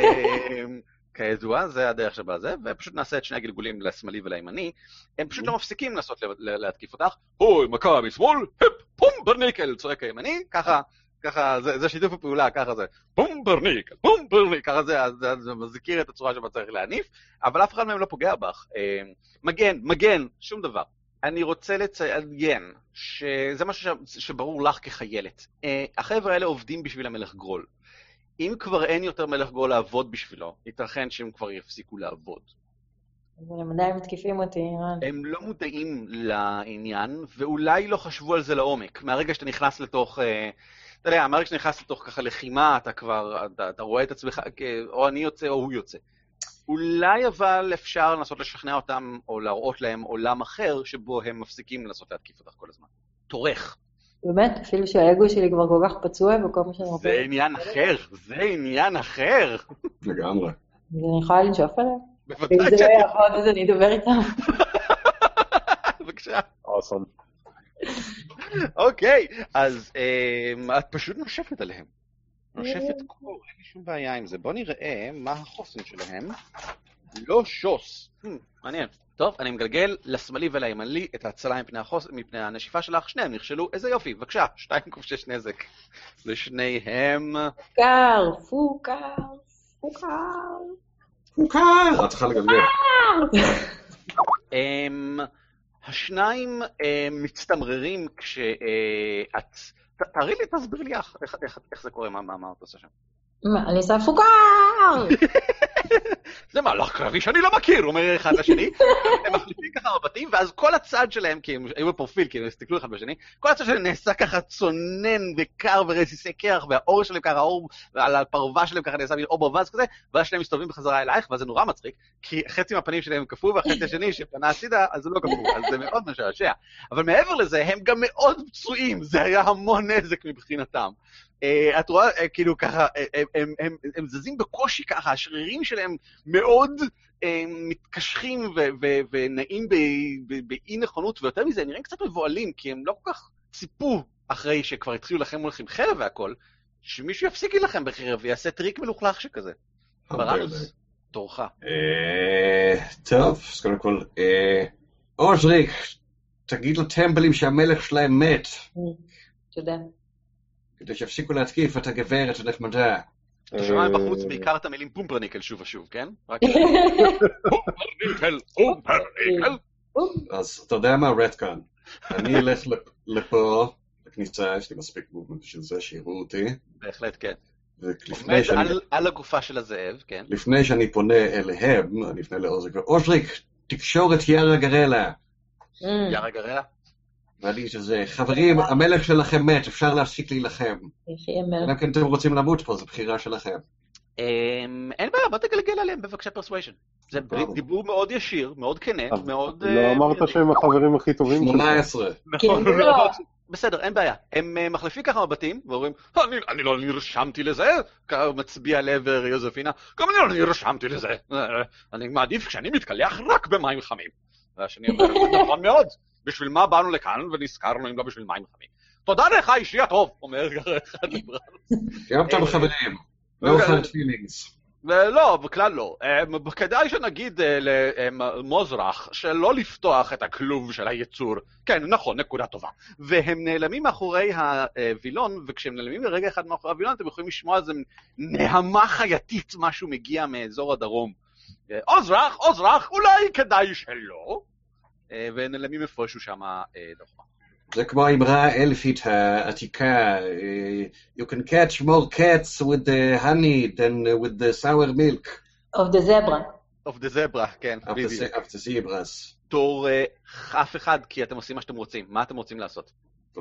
כידוע, זה הדרך שבה זה, ופשוט נעשה את שני הגלגולים לשמאלי ולימני, הם פשוט לא מפסיקים לנסות להתקיף אותך, אוי, מכה משמאל, הפ, פומברניקל, צועק הימני, ככה, ככה, זה שיתוף הפעולה, ככה זה, פומברניקל, פומברניקל, ככה זה, זה מזכיר את הצורה שבה צריך להניף, אבל אף אחד מהם לא פוגע בך, מגן, מגן, שום דבר. אני רוצה לציין שזה משהו שברור לך כחיילת. החבר'ה האלה עובדים בשביל המלך גרול. אם כבר אין יותר מלך גרול לעבוד בשבילו, ייתכן שהם כבר יפסיקו לעבוד. אבל הם עדיין מתקיפים אותי, אירן. הם לא מודעים לעניין, ואולי לא חשבו על זה לעומק. מהרגע שאתה נכנס לתוך, אתה יודע, מהרגע שאתה נכנס לתוך ככה לחימה, אתה כבר, אתה, אתה רואה את עצמך, או אני יוצא או הוא יוצא. אולי אבל אפשר לנסות לשכנע אותם, או להראות להם עולם אחר, שבו הם מפסיקים לנסות להתקיף אותך כל הזמן. תורך. באמת, אפילו שהאגו שלי כבר כל כך פצוע, וכל מה שאני רוצה... זה עניין אחר, זה עניין אחר. לגמרי. אז אני יכולה לנשוף עליהם? בוודאי אם זה לא יעבוד, אז אני אדבר איתם. בבקשה. אוסם. אוקיי, אז את פשוט נושפת עליהם. נושפת קור, אין לי שום בעיה עם זה. בואו נראה מה החוסן שלהם. לא שוס. מעניין. טוב, אני מגלגל לשמאלי ולימני את ההצלה מפני הנשיפה שלך. שניהם נכשלו. איזה יופי, בבקשה. שתיים קוף שש נזק. לשניהם. פוקר, פוקר, פוקר. פוקר! את צריכה לגלגל. השניים מצטמררים כשאת... תראי לי, תסביר לי איך זה קורה, מה אתה עושה שם. מה, אני עושה פוקר! זה מהלך קרבי שאני לא מכיר, הוא אומר אחד לשני. הם מחליפים ככה מבטים, ואז כל הצד שלהם, כי הם היו בפרופיל, כי הם הסתכלו אחד בשני, כל הצד שלהם נעשה ככה צונן וקר ורסיסי קרח, והאור שלהם ככה, האור על הפרווה שלהם ככה נעשה אור ברווז כזה, ואז שלהם מסתובבים בחזרה אלייך, ואז זה נורא מצחיק, כי חצי מהפנים שלהם קפוא, והחצי השני שפנה הצידה, אז זה לא קפוא, אז זה מאוד משעשע. אבל מעבר לזה, הם גם מאוד פצועים, זה היה המון נזק מבחינתם. Uh, את רואה, uh, כאילו ככה, uh, הם, הם, הם זזים בקושי ככה, השרירים שלהם מאוד uh, מתקשחים ו- ו- ונעים ב- ב- באי נכונות, ויותר מזה, נראים קצת מבועלים, כי הם לא כל כך ציפו, אחרי שכבר התחילו לכם מולכם חרב והכל, שמישהו יפסיק לכם בחרב ויעשה טריק מלוכלך שכזה. ברנוס, תורך. טוב, אז קודם כל, אוזריק, תגיד לטמבלים שהמלך שלהם מת. תודה. כדי שיפסיקו להתקיף את הגברת הנחמדה. אתה שומע בחוץ בעיקר את המילים פומפרניקל שוב ושוב, כן? פומפרניקל, פומפרניקל. אז אתה יודע מה, רטקן? אני אלך לפה, לכניסה, יש לי מספיק מובמנט בשביל זה, שיראו אותי. בהחלט, כן. ולפני שאני... על הגופה של הזאב, כן. לפני שאני פונה אליהם, אני אפנה לאוזריק, אוזריק, תקשור את יארה גרלה. יארה גרלה? ואני שזה, חברים, המלך שלכם מת, אפשר להפסיק להילחם. אלא כן אתם רוצים למות פה, זו בחירה שלכם. אין בעיה, בוא תגלגל עליהם בבקשה פרסוויישן. זה דיבור מאוד ישיר, מאוד כנה, מאוד... לא אמרת שהם החברים הכי טובים שלך. שמונה עשרה. נכון, בסדר, אין בעיה. הם מחליפים ככה מבטים, ואומרים, אני לא נרשמתי לזה, מצביע לעבר יוזפינה, גם אני לא נרשמתי לזה. אני מעדיף כשאני מתקלח רק במים חמים. והשני אומר, זה נכון מאוד. בשביל מה באנו לכאן ונזכרנו אם לא בשביל מים חמים. תודה לך, אישי הטוב, אומר אחד לברנוס. גם אתם חברים, no hard feelings. לא, בכלל לא. כדאי שנגיד למוזרח שלא לפתוח את הכלוב של היצור. כן, נכון, נקודה טובה. והם נעלמים מאחורי הווילון, וכשהם נעלמים לרגע אחד מאחורי הווילון, אתם יכולים לשמוע איזה נהמה חייתית, משהו מגיע מאזור הדרום. עוזרח, עוזרח, אולי כדאי שלא. ונעלמים הפרשו שם דוחה. זה כמו האמרה האלפית העתיקה, you can catch more cats with the honey than with the sour milk. Of the zebra. Of the zebra, כן. Of the, of the zebras. תור אף אחד, כי אתם עושים מה שאתם רוצים. מה אתם רוצים לעשות? טוב,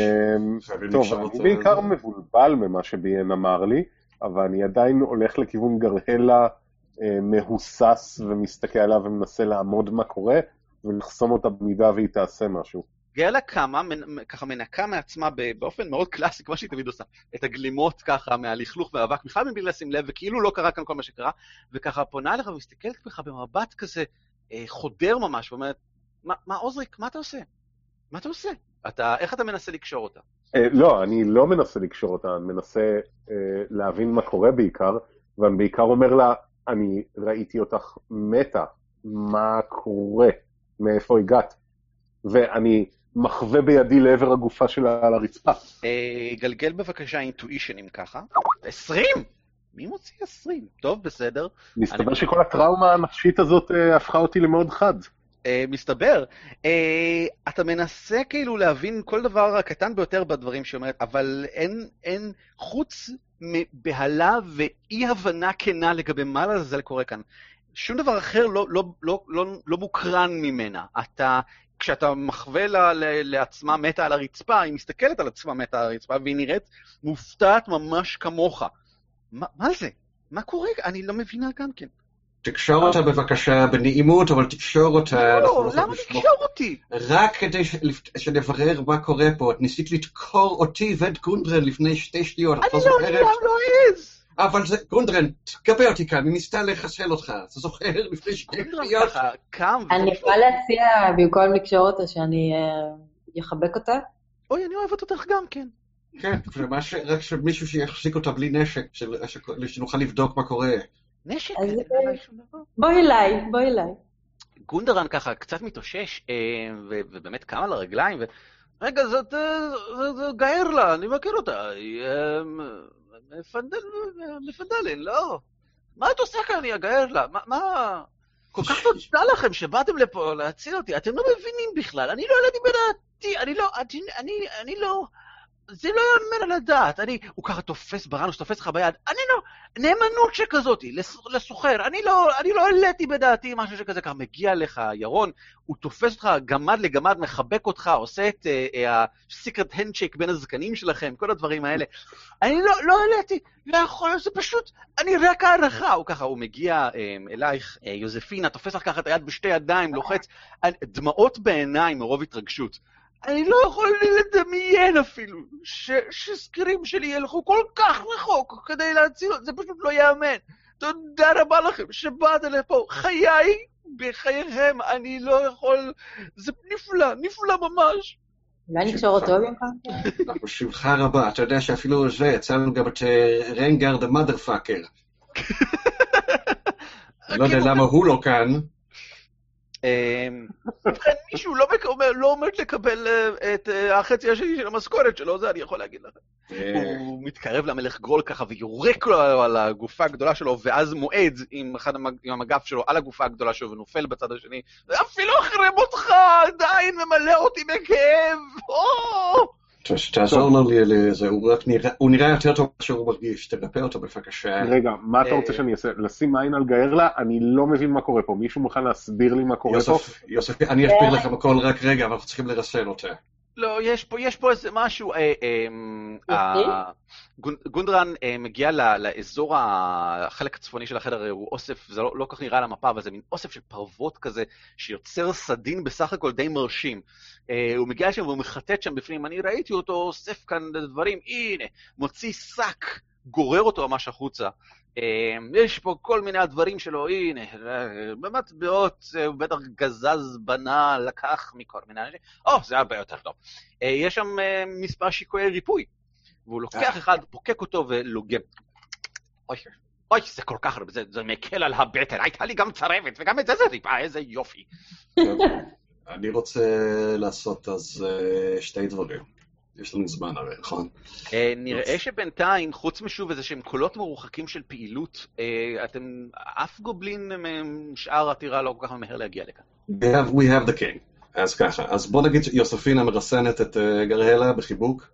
אני בעיקר מבולבל ממה שביין אמר לי, אבל אני עדיין הולך לכיוון גרהלה מהוסס ומסתכל עליו ומנסה לעמוד מה קורה, ולחסום אותה במידה והיא תעשה משהו. גרלה קמה, ככה מנקה מעצמה באופן מאוד קלאסי, כמו שהיא תמיד עושה, את הגלימות ככה מהלכלוך והאבק, בכלל מבלי לשים לב, וכאילו לא קרה כאן כל מה שקרה, וככה פונה לך ומסתכלת בך במבט כזה חודר ממש, ואומרת, מה עוזריק, מה אתה עושה? מה אתה עושה? איך אתה מנסה לקשור אותה? לא, אני לא מנסה לקשור אותה, אני מנסה להבין מה קורה בעיקר, ואני בעיקר אומר לה, אני ראיתי אותך מתה, מה קורה? מאיפה הגעת? ואני מחווה בידי לעבר הגופה שלה על הרצפה. גלגל בבקשה אינטואישנים ככה. עשרים? מי מוציא עשרים? טוב, בסדר. מסתבר שכל הטראומה הנפשית הזאת הפכה אותי למאוד חד. אה, מסתבר. אה, אתה מנסה כאילו להבין כל דבר הקטן ביותר בדברים שאומרת, אבל אין, אין חוץ מבהלה ואי הבנה כנה לגבי מה לזה קורה כאן. שום דבר אחר לא, לא, לא, לא, לא מוקרן ממנה. אתה, כשאתה מחווה לה, לעצמה מתה על הרצפה, היא מסתכלת על עצמה מתה על הרצפה, והיא נראית מופתעת ממש כמוך. מה, מה זה? מה קורה? אני לא מבינה גם כן. תקשור אותה בבקשה בנעימות, אבל תקשור אותה. לא, למה תקשור אותי? רק כדי שנברר מה קורה פה. את ניסית לתקור אותי ואת גונדרן לפני שתי שניות. אני לא, אני לא, לא עז. אבל זה, גונדרן, תקבל אותי כאן, היא ניסתה לחסל אותך. אתה זוכר לפני שתי שניות? אני יכולה להציע במקום לקשור אותה שאני יחבק אותה? אוי, אני אוהבת אותך גם כן. כן, רק שמישהו שיחזיק אותה בלי נשק, שנוכל לבדוק מה קורה. נשק? בואי אליי, בואי אליי. גונדרן ככה קצת מתאושש, ובאמת קם על הרגליים, רגע, זאת גארלה, אני מכיר אותה, היא מפנדלין, לא? מה את עושה כאן, היא הגארלה? מה? כל כך תודה לכם שבאתם לפה להציל אותי, אתם לא מבינים בכלל, אני לא ילדים בדעתי, אני לא, אני לא... זה לא יאמן על הדעת, אני, הוא ככה תופס ברנוס, תופס לך ביד, אני לא, נאמנות שכזאת, לסוחר, אני לא, אני לא העליתי בדעתי משהו שכזה, ככה מגיע לך ירון, הוא תופס אותך גמד לגמד, מחבק אותך, עושה את הסיקרט הנדשייק בין הזקנים שלכם, כל הדברים האלה, אני לא, לא העליתי, לא יכול, זה פשוט, אני רק הערכה, הוא ככה, הוא מגיע אלייך, יוזפינה, תופס לך ככה את היד בשתי ידיים, לוחץ, דמעות בעיניים מרוב התרגשות, אני לא יכול לדמיין אפילו שסקרים שלי ילכו כל כך רחוק כדי להציל, זה פשוט לא יאמן. תודה רבה לכם שבאת לפה, חיי בחייהם, אני לא יכול, זה נפלא, נפלא ממש. אולי נקשור אותו במקום? בשמחה רבה, אתה יודע שאפילו זה, יצאנו גם את רנגר דה מאדר-פאקר. אני לא יודע למה הוא לא כאן. ובכן, מישהו לא עומד לקבל את החצי השני של המשכורת שלו, זה אני יכול להגיד לכם. הוא מתקרב למלך גרול ככה ויורק לו על הגופה הגדולה שלו, ואז מועד עם המגף שלו על הגופה הגדולה שלו ונופל בצד השני, אפילו אחרם אותך, עדיין ממלא אותי בכאב. תעזור לו לזה, הוא נראה יותר טוב שהוא מרגיש, תרפא אותו בבקשה. רגע, מה אתה רוצה שאני אעשה? לשים עין על גארלה? אני לא מבין מה קורה פה, מישהו מוכן להסביר לי מה קורה פה? יוסף, אני אסביר לכם הכל רק רגע, אבל אנחנו צריכים לרסן אותה. לא, יש פה איזה משהו, גונדרן מגיע לאזור החלק הצפוני של החדר, הוא אוסף, זה לא כך נראה על המפה, אבל זה מין אוסף של פרוות כזה, שיוצר סדין בסך הכל די מרשים. הוא מגיע לשם והוא מחטט שם בפנים, אני ראיתי אותו אוסף כאן דברים, הנה, מוציא שק, גורר אותו ממש החוצה. יש פה כל מיני הדברים שלו, הנה, במטבעות, הוא בטח גזז, בנה, לקח מכל מיני אנשים. או, זה הרבה יותר טוב. יש שם מספר שיקויי ריפוי, והוא לוקח אחד, פוקק אותו ולוגם. אוי, אוי, זה כל כך הרבה, זה מקל על הבטן, הייתה לי גם צרבת, וגם את זה זה ריפה, איזה יופי. אני רוצה לעשות אז שתי דברים. יש לנו זמן הרי, נכון? נראה שבינתיים, חוץ משוב איזה שהם קולות מרוחקים של פעילות, אתם, אף גובלין משאר עתירה לא כל כך ממהר להגיע לכאן. We have the king. אז ככה, אז בוא נגיד יוספינה מרסנת את גרהלה בחיבוק.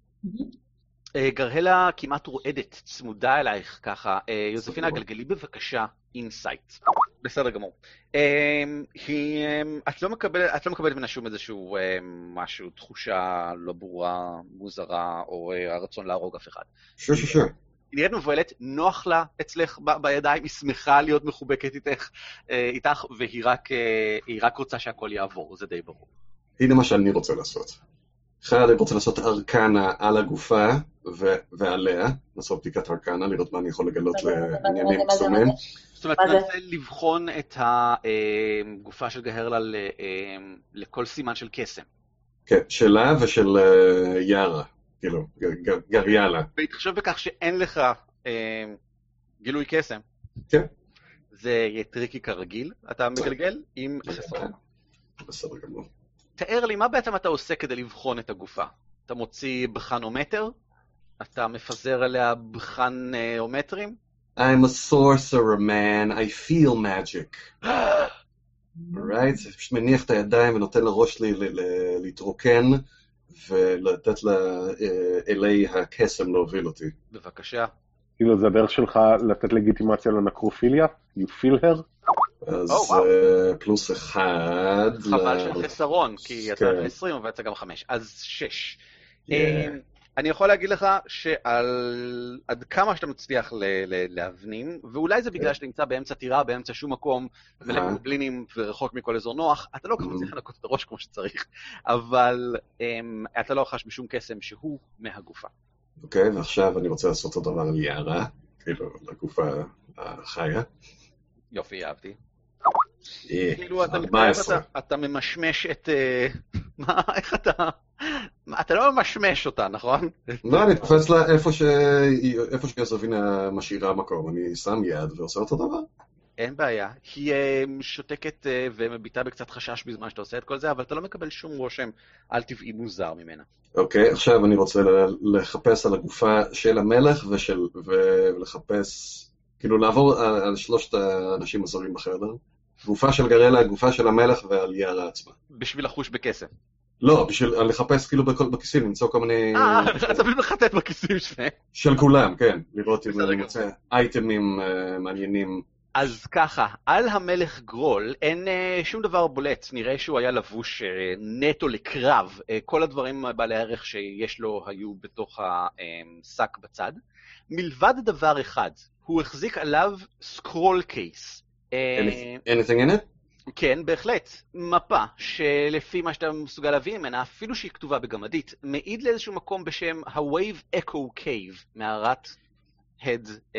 גרהלה כמעט רועדת, צמודה אלייך ככה. יוספינה, גלגלי בבקשה, אינסייט. בסדר גמור. את לא מקבלת ממנה שום איזשהו משהו, תחושה לא ברורה, מוזרה, או הרצון להרוג אף אחד. שו שו שו. היא נראית מבועלת, נוח לה אצלך בידיים, היא שמחה להיות מחובקת איתך, והיא רק רוצה שהכל יעבור, זה די ברור. הנה מה שאני רוצה לעשות. אחד, אני רוצה לעשות ארקנה על הגופה ועליה, לעשות בדיקת ארקנה, לראות מה אני יכול לגלות לעניינים קסומים. זאת אומרת, ננסה לבחון את הגופה של גהרלה לכל סימן של קסם. כן, שלה ושל יארה, כאילו, גריאלה. והתחשב בכך שאין לך גילוי קסם. כן. זה יהיה טריקי כרגיל, אתה מגלגל עם חסרון. בסדר גמור. תאר לי, מה בעצם אתה עושה כדי לבחון את הגופה? אתה מוציא בחנומטר? אתה מפזר עליה בחנומטרים? I'm a sorcerer, man. I feel magic. right? זה פשוט מניח את הידיים ונותן לראש שלי ל- ל- להתרוקן, ולתת לה אה, אלי הקסם להוביל אותי. בבקשה. כאילו זה הדרך שלך לתת לגיטימציה לנקרופיליה? You feel her? אז או, וואו. אה, פלוס אחד. חבל ל- של חסרון, כי אתה כן. עשרים אבל יצא גם חמש, אז שש. Yeah. אמ, אני יכול להגיד לך שעל עד כמה שאתה מצליח ל- ל- להבנים, ואולי זה בגלל שאתה נמצא באמצע טירה, באמצע שום מקום, ולגובלינים ורחוק מכל אזור נוח, אתה לא כל כך מצליח לנקות את הראש כמו שצריך, אבל אמ, אתה לא חש בשום קסם שהוא מהגופה. אוקיי, ועכשיו אני רוצה לעשות אותו דבר על יערה, כאילו, לגופה החיה. יופי, אהבתי. אה, כאילו אתה ארבע מתקרב, עשרה. אתה- אתה ממשמש את... אה, מה, איך אתה... מה, אתה לא ממשמש אותה, נכון? לא, אני תופס לה איפה ש- איפה שיוזבינה משאירה מקום, אני שם יד ועושה אותו דבר. אין בעיה. היא אה, שותקת אה, ומביטה בקצת חשש בזמן שאתה עושה את כל זה, אבל אתה לא מקבל שום רושם על טבעי מוזר ממנה. אוקיי, עכשיו אני רוצה ל- לחפש על הגופה של המלך ושל, ו- ולחפש, כאילו לעבור על, על שלושת האנשים הזרים בחדר. גופה של גרלה, גופה של המלך ועל יערה עצמה. בשביל לחוש בקסם. לא, בשביל לחפש כאילו בכל בכיסים, למצוא כל מיני... אה, אתה פשוט מחטט בכיסים שלהם. של כולם, כן. לראות אם בסדר אני גמור. מוצא אייטמים אה, מעניינים. אז ככה, על המלך גרול אין אה, שום דבר בולט, נראה שהוא היה לבוש אה, נטו לקרב, אה, כל הדברים בעלי הערך שיש לו היו בתוך השק בצד, מלבד דבר אחד, הוא החזיק עליו סקרול קייס. אה, anything in it? כן, בהחלט. מפה שלפי מה שאתה מסוגל להביא ממנה, אפילו שהיא כתובה בגמדית, מעיד לאיזשהו מקום בשם ה-Wave Echo Cave, מערת הד, אה,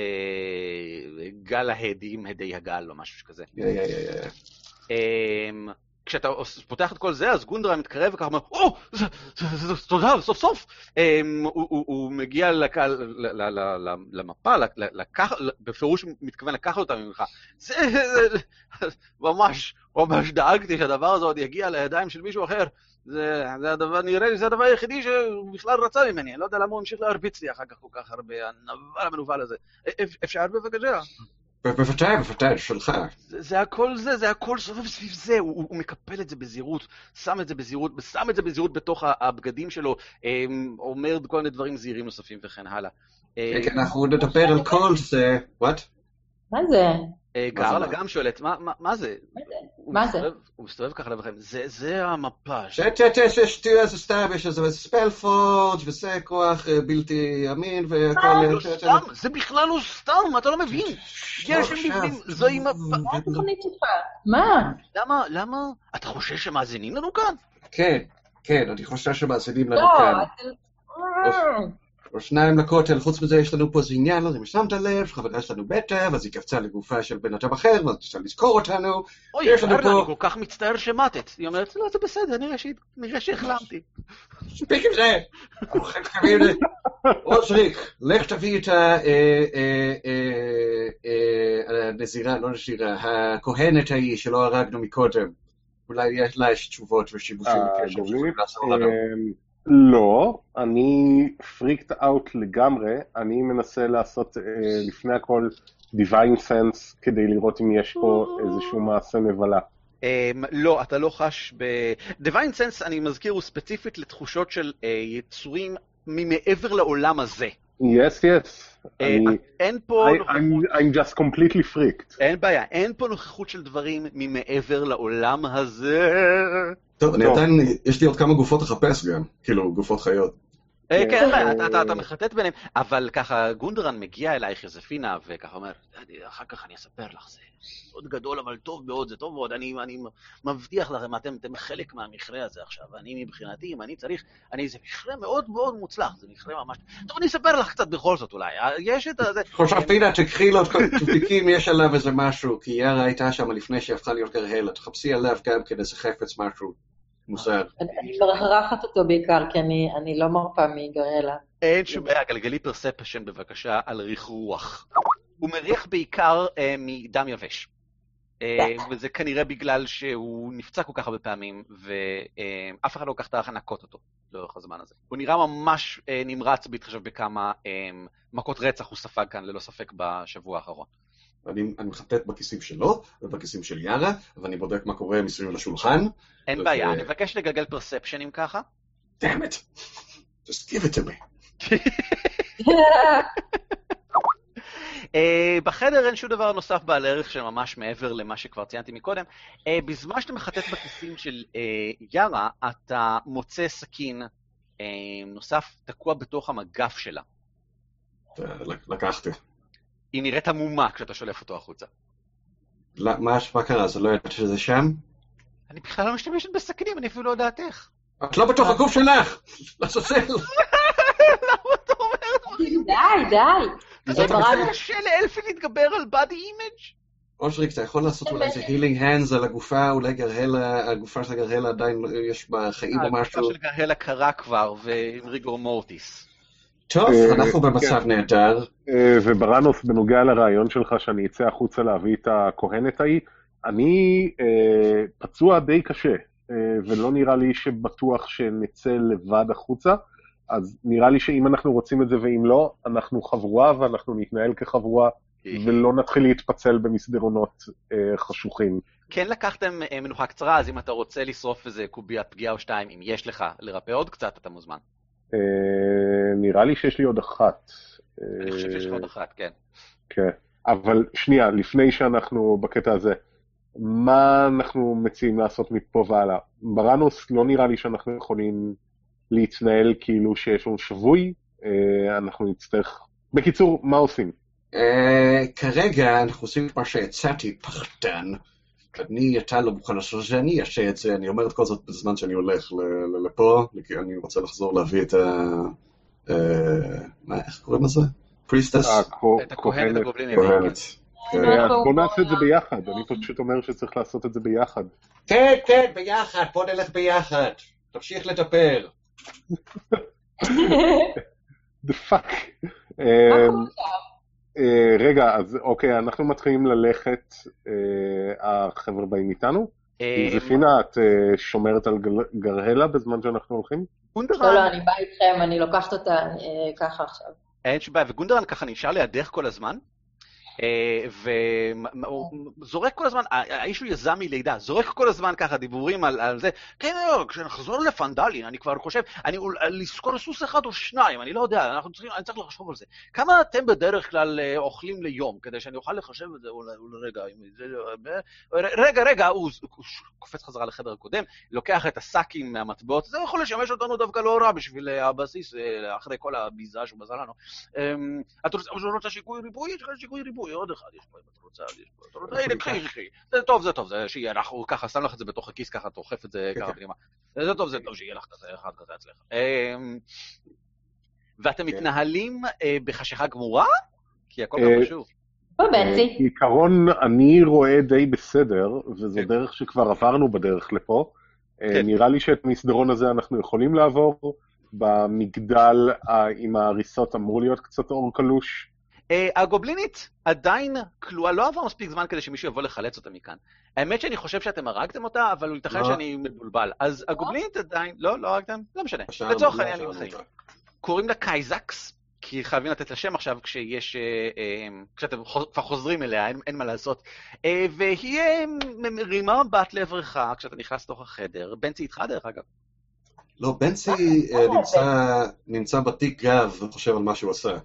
גל ההדים, הדי הגל או משהו שכזה. יא, יא, יא, יא. אה, כשאתה פותח את כל זה, אז גונדרה מתקרב וככה אומר, או, זה- זה- זה- זה- תודה, סוף סוף. אה, הוא- הוא הוא מגיע לק- ל- ל- ל- ל- למפה, ל- ל- לקח- בפירוש מתכוון לקחת אותה ממך. זה זה- ממש, ממש דאגתי שהדבר הזה עוד יגיע לידיים של מישהו אחר. זה, זה הדבר, נראה לי, זה הדבר היחידי שהוא בכלל רצה ממני, אני לא יודע למה הוא המשיך להרביץ לי אחר כך כל כך הרבה, הנבל המנוול הזה. אפ- אפשר בבקשה? בוודאי, בוודאי, שלך. זה, זה הכל זה, זה הכל סובב סביב זה, הוא, הוא, הוא מקפל את זה בזהירות, שם את זה בזהירות, שם את זה בזהירות בתוך הבגדים שלו, אמ, אומר כל מיני דברים זהירים נוספים וכן הלאה. כן, כן, אנחנו נדבר על כל זה. what? מה זה? גרלה מה? גם שואלת, מה, מה, מה זה? הוא מה זה? מסתובב- הוא מסתובב ככה לבכם, זה, זה המפה. ש- ש- ש- ש- ש- שטויה זה סתם, יש איזה ספל פורג' וזה כוח אה, בלתי אמין והכל... לא ש- ש- סתם, זה בכלל לא סתם, אתה לא מבין. יש לא, שם עכשיו, מבנים, זוהי מפה. מה התוכנית שלך? מה? למה, למה? אתה חושב שמאזינים לנו כאן? כן, כן, אני חושב שמאזינים לנו לא, כאן. אתם... או שניים לכותל, חוץ מזה יש לנו פה איזה עניין, לא יודע אם שמת לב, חברה שלנו בטא, ואז היא קפצה לגופה של בן אדם אחר, ואז אפשר לזכור אותנו. אוי, יש לנו גרלה, פה- אני כל כך מצטער שמטת. היא אומרת, לא, זה בסדר, נראה שהיא- נראה שהחלמתי. מספיק עם זה! אנחנו חייבים ל... עוזריק, לך תביא את ה- אה, אה, אה, אה, הנזירה, לא נזירה, הכהנת ההיא שלא הרגנו מקודם. אולי יש לה יש תשובות ושיבושים בקשר שיכולים הגובלינית? לעזור לנו. אמ, לא, אני פריקט אאוט לגמרי, אני מנסה לעשות אה, לפני הכל דיוויין סנס כדי לראות אם יש פה איזשהו מעשה מבלה. Um, לא, אתה לא חש ב... Divine Sense, אני מזכיר, הוא ספציפית לתחושות של uh, יצורים ממעבר לעולם הזה. yes, yes, Uh, אני... אין פה I- נוכחות, I'm, I'm just completely freaked. אין בעיה, אין פה נוכחות של דברים ממעבר לעולם הזה. טוב, אני טוב. עדיין, יש לי עוד כמה גופות לחפש גם, כאילו גופות חיות. אה, כן, אין בעיה, אה, אתה- אתה- אתה מחטט ביניהם, אבל ככה גונדרן מגיע אלייך יוזפינה, וככה אומר, אחר כך אני אספר לך, זה סוד גדול אבל טוב מאוד, זה טוב מאוד, אני אני מבטיח לכם, אתם אתם חלק מהמכרה הזה עכשיו, אני מבחינתי, אם אני צריך, אני, זה מכרה מאוד מאוד מוצלח, זה מכרה ממש, טוב, אני אספר לך קצת בכל זאת אולי, יש את זה, חושפינה, תקחי לו, תבדקי אם יש עליו איזה משהו, כי יארה הייתה שם לפני שהפכה להיות גרהלה, תחפשי עליו גם כן איזה חפץ משהו מוזר. אני אני מרחרחת אותו בעיקר, כי אני אני לא מרפה מגרלה. אין שום בעיה, גלגלי פרספשן בבקשה על ריח. הוא מריח בעיקר אה, מדם יבש. אה, וזה כנראה בגלל שהוא נפצע כל כך הרבה פעמים, ואף אחד לא לקח טרח לנקות אותו לאורך הזמן הזה. הוא נראה ממש אה, נמרץ בהתחשב בכמה אה, מכות רצח הוא ספג כאן ללא ספק בשבוע האחרון. אני, אני מחטט בכיסים שלו ובכיסים של יארה, ואני בודק מה קורה מסביב לשולחן. אין וזה... בעיה, אני מבקש לגלגל פרספשנים ככה. damn it, just give it to me. Uh, בחדר אין שום דבר נוסף בעל ערך שממש מעבר למה שכבר ציינתי מקודם. Uh, בזמן שאתה מחטט בכיסים של uh, יארה, אתה מוצא סכין uh, נוסף תקוע בתוך המגף שלה. לקחתי. היא נראית עמומה כשאתה שולף אותו החוצה. לא, מה, מה קרה? זה לא ידעת שזה שם? אני בכלל לא משתמשת בסכינים, אני אפילו לא יודעת איך. את לא בתוך הגוף שלך! לסוסל! למה אתה אומר את זה? די, די. זה קשה לאלפי להתגבר על body image? אושריק, אתה יכול לעשות אולי איזה healing hands על הגופה, אולי גרהלה, הגופה של גרהלה עדיין יש בה חיים או משהו. הגופה של גרהלה קרה כבר, ועם ריגור מורטיס. טוב, אנחנו במצב נהדר. וברנוס, בנוגע לרעיון שלך שאני אצא החוצה להביא את הכהנת ההיא, אני פצוע די קשה, ולא נראה לי שבטוח שנצא לבד החוצה, אז נראה לי שאם אנחנו רוצים את זה ואם לא, אנחנו חבורה ואנחנו נתנהל כחבורה, ולא נתחיל להתפצל במסדרונות חשוכים. כן לקחתם מנוחה קצרה, אז אם אתה רוצה לשרוף איזה קוביית פגיעה או שתיים, אם יש לך לרפא עוד קצת, אתה מוזמן. נראה לי שיש לי עוד אחת. אני חושב שיש לך עוד אחת, כן. כן, אבל שנייה, לפני שאנחנו בקטע הזה, מה אנחנו מציעים לעשות מפה והלאה? ברנוס, לא נראה לי שאנחנו יכולים להתנהל כאילו שיש לנו שבוי, אנחנו נצטרך... בקיצור, מה עושים? כרגע אנחנו עושים מה שהצעתי, פחדן. אני, אתה לא מוכן לעשות את זה, אני אעשה את זה, אני אומר את כל זאת בזמן שאני הולך לפה, אני רוצה לחזור להביא את ה... מה, איך קוראים לזה? פריסטס? את הכהנת הגובלינית. בוא נעשה את זה ביחד, אני פשוט אומר שצריך לעשות את זה ביחד. כן, כן, ביחד, בוא נלך ביחד. תמשיך לדבר. The fuck. רגע, אז אוקיי, אנחנו מתחילים ללכת, החבר'ה באים איתנו? זפינה, את שומרת על גרהלה בזמן שאנחנו הולכים? לא, לא, אני באה איתכם, אני לוקחת אותה ככה עכשיו. אין שבא, וגונדרן ככה נשאר לידך כל הזמן, וזורק כל הזמן, האיש הוא יזם מלידה, זורק כל הזמן ככה דיבורים על זה, כן, כשנחזור לפנדלין, אני כבר חושב, אני לזכור סוס אחד או שניים, אני לא יודע, אני צריך לחשוב על זה. כמה אתם בדרך כלל אוכלים ליום, כדי שאני אוכל לחשב את זה, רגע, רגע, רגע, הוא קופץ חזרה לחדר הקודם, לוקח את הסאקים מהמטבעות, זה יכול לשמש אותנו דווקא לא רע בשביל הבסיס, אחרי כל הביזה שהוא בזר לנו. אתה רוצה שיקוי ריבוי? יש לך שיקוי ריבוי. עוד אחד יש פה, אם את רוצה, יש פה, אתה רוצה, הנה, קחי, קחי, זה טוב, זה טוב, זה שיהיה לך, הוא ככה, שם לך את זה בתוך הכיס, ככה, תוחף את זה ככה פנימה, זה טוב, זה טוב, שיהיה לך כזה, אחד כזה אצלך. ואתם מתנהלים בחשיכה גמורה? כי הכל גם חשוב. בנצי. בעיקרון, אני רואה די בסדר, וזו דרך שכבר עברנו בדרך לפה, נראה לי שאת המסדרון הזה אנחנו יכולים לעבור, במגדל עם ההריסות אמור להיות קצת אור קלוש, הגובלינית עדיין כלואה, לא עבר מספיק זמן כדי שמישהו יבוא לחלץ אותה מכאן. האמת שאני חושב שאתם הרגתם אותה, אבל הוא ייתכן שאני מבולבל. אז הגובלינית עדיין, לא, לא הרגתם, לא משנה. לצורך העניין אני מחיים. קוראים לה קייזקס, כי חייבים לתת לשם עכשיו כשיש, כשאתם כבר חוזרים אליה, אין מה לעשות. והיא מרימה בת לעברך כשאתה נכנס לתוך החדר. בנצי איתך דרך אגב. לא, בנצי נמצא בתיק גב וחושב על מה שהוא עושה.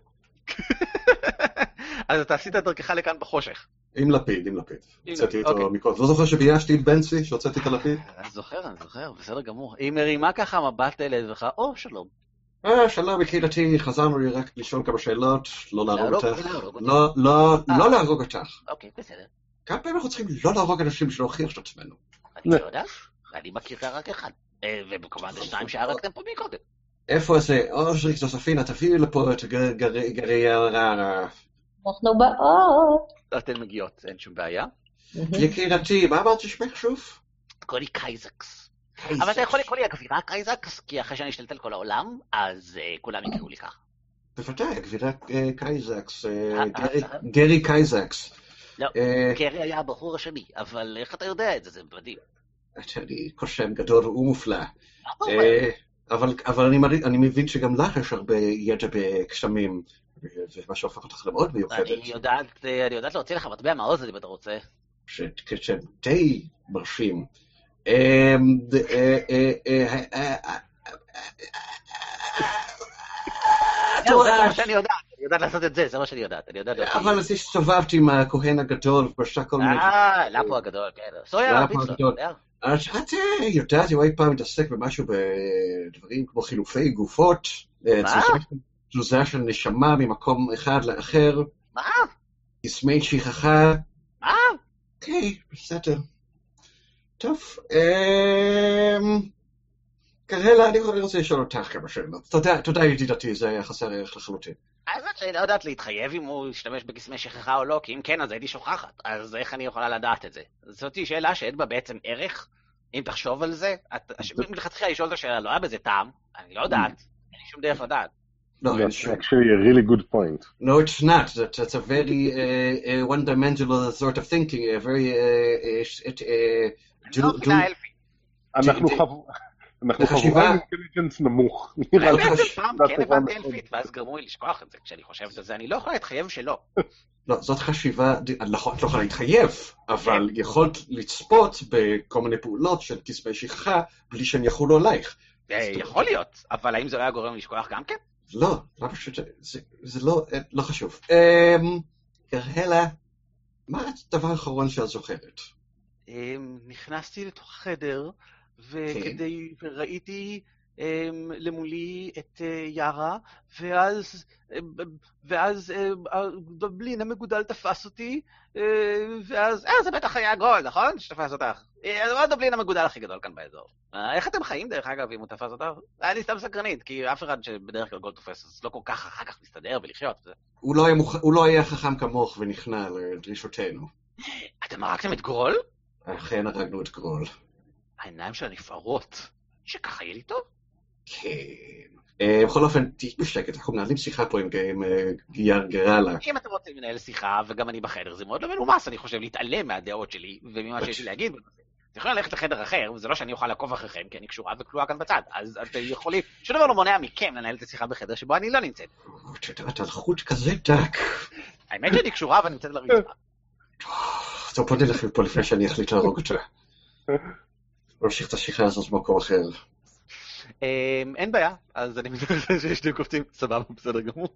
אז אתה עשית את דרכך לכאן בחושך. עם לפיד, עם לפיד. הוצאתי איתו מקודם. לא זוכר שביישתי את בנצי, שהוצאתי את הלפיד? אני זוכר, אני זוכר, בסדר גמור. היא מרימה ככה מבט לעברך, או שלום. אה, שלום, יקירתי, חזרנו לי רק לשאול כמה שאלות, לא להרוג אותך. לא, לא, לא להרוג אותך. אוקיי, בסדר. כמה פעמים אנחנו צריכים לא להרוג אנשים בשביל להוכיח את עצמנו? אני לא יודע, אני מכיר רק אחד. וכמובן שניים שהרגתם פה מקודם. איפה זה? אושריק זוספינה, תביאו לפה את גרי הרענה. אנחנו באות. אתן מגיעות, אין שום בעיה. יקירתי, מה אמרת ששמך שוב? קוראים לי קייזקס. אבל אתה יכול לקרוא לי הגבירה קייזקס, כי אחרי שאני אשתלט על כל העולם, אז כולם יקראו לי ככה. בוודאי, הגבירה קייזקס, גרי קייזקס. לא, גרי היה הבחור השני, אבל איך אתה יודע את זה? זה מדהים. אני קוסם גדול ומופלא. אבל אני מבין שגם לך יש הרבה ידע בקסמים. זה מה שהופך אותך למאוד מיוחדת. אני יודעת, אני יודעת להוציא לך מטבע מהאוזן אם אתה רוצה. שדי מרשים. זה מה שאני יודעת, אני יודעת לעשות את זה, זה מה שאני יודעת. אבל אז הסתובבתי עם הכהן הגדול, ושתה כל מיני... אה, לאפו הגדול, כן. סויה, פיצלו. את יודעת, אם היית פעם מתעסק במשהו בדברים כמו חילופי גופות, תזוזה של נשמה ממקום אחד לאחר. מה? קסמי שכחה. מה? אוקיי, בסדר. טוב, אממ... קרלה, אני רוצה לשאול אותך כמה שאלות. תודה ידידתי, זה היה חסר ערך לחלוטין. אז את שאני לא יודעת להתחייב אם הוא ישתמש בקסמי שכחה או לא, כי אם כן, אז הייתי שוכחת. אז איך אני יכולה לדעת את זה? זאת שאלה שאין בה בעצם ערך, אם תחשוב על זה. מלכתחילה לשאול את השאלה, לא היה בזה טעם, אני לא יודעת, אין לי שום דרך לדעת. No, That's actually a really good point. No, it's not. That, that's a very uh, uh, one-dimensional sort of thinking. A very... Uh, it, uh, לא מבחינה אלפית. אנחנו חבורה עם אינטליג'נס נמוך. פעם כן הבנתי אלפית, ואז גרמו לי לשכוח את זה. כשאני חושבת על זה, אני לא יכולה להתחייב שלא. לא, זאת חשיבה... את לא יכולה להתחייב, אבל יכולת לצפות בכל מיני פעולות של קסמי שכחה, בלי שהן יחולו עלייך. יכול להיות, אבל האם זה לא היה גורם לשכוח גם כן? לא, לא פשוט, זה, זה לא, לא חשוב. קרלה, מה הדבר האחרון שאת זוכרת? נכנסתי לתוך החדר, וכדי, וראיתי למולי את יארה, ואז, ואז דבלין המגודל תפס אותי, ואז, אה, זה בטח היה גול, נכון? שתפס אותך. זה דבלין המגודל הכי גדול כאן באזור. איך אתם חיים דרך אגב אם הוא תפס אותך? אני סתם סקרנית, כי אף אחד שבדרך כלל גול תופס, אז לא כל כך אחר כך מסתדר ולחיות. הוא לא היה חכם כמוך ונכנע לדרישותינו. אתם הרגתם את גרול? אכן הרגנו את גרול. העיניים שלה נפערות, שככה יהיה לי טוב? כן. בכל אופן, תהי בשקט, אנחנו מנהלים שיחה פה עם גרלה. אם אתם רוצים לנהל שיחה, וגם אני בחדר, זה מאוד לא מנומס, אני חושב, להתעלם מהדעות שלי, וממה שיש לי להגיד. אתם יכולים ללכת לחדר אחר, וזה לא שאני אוכל לעקוב אחריכם, כי אני קשורה וכלואה כאן בצד, אז אתם יכולים, שום דבר לא מונע מכם לנהל את השיחה בחדר שבו אני לא נמצאת. את יודעת, על חוט כזה דק. האמת שאני קשורה ואני נמצאת לרצפה. טוב, בוא נלך מפה לפני שאני אחליט להרוג אותה. נמשיך את השיחה הזאת במקום אחר. אין בעיה, אז אני מתכוון שיש לי קופצים, סבבה, בסדר גמור.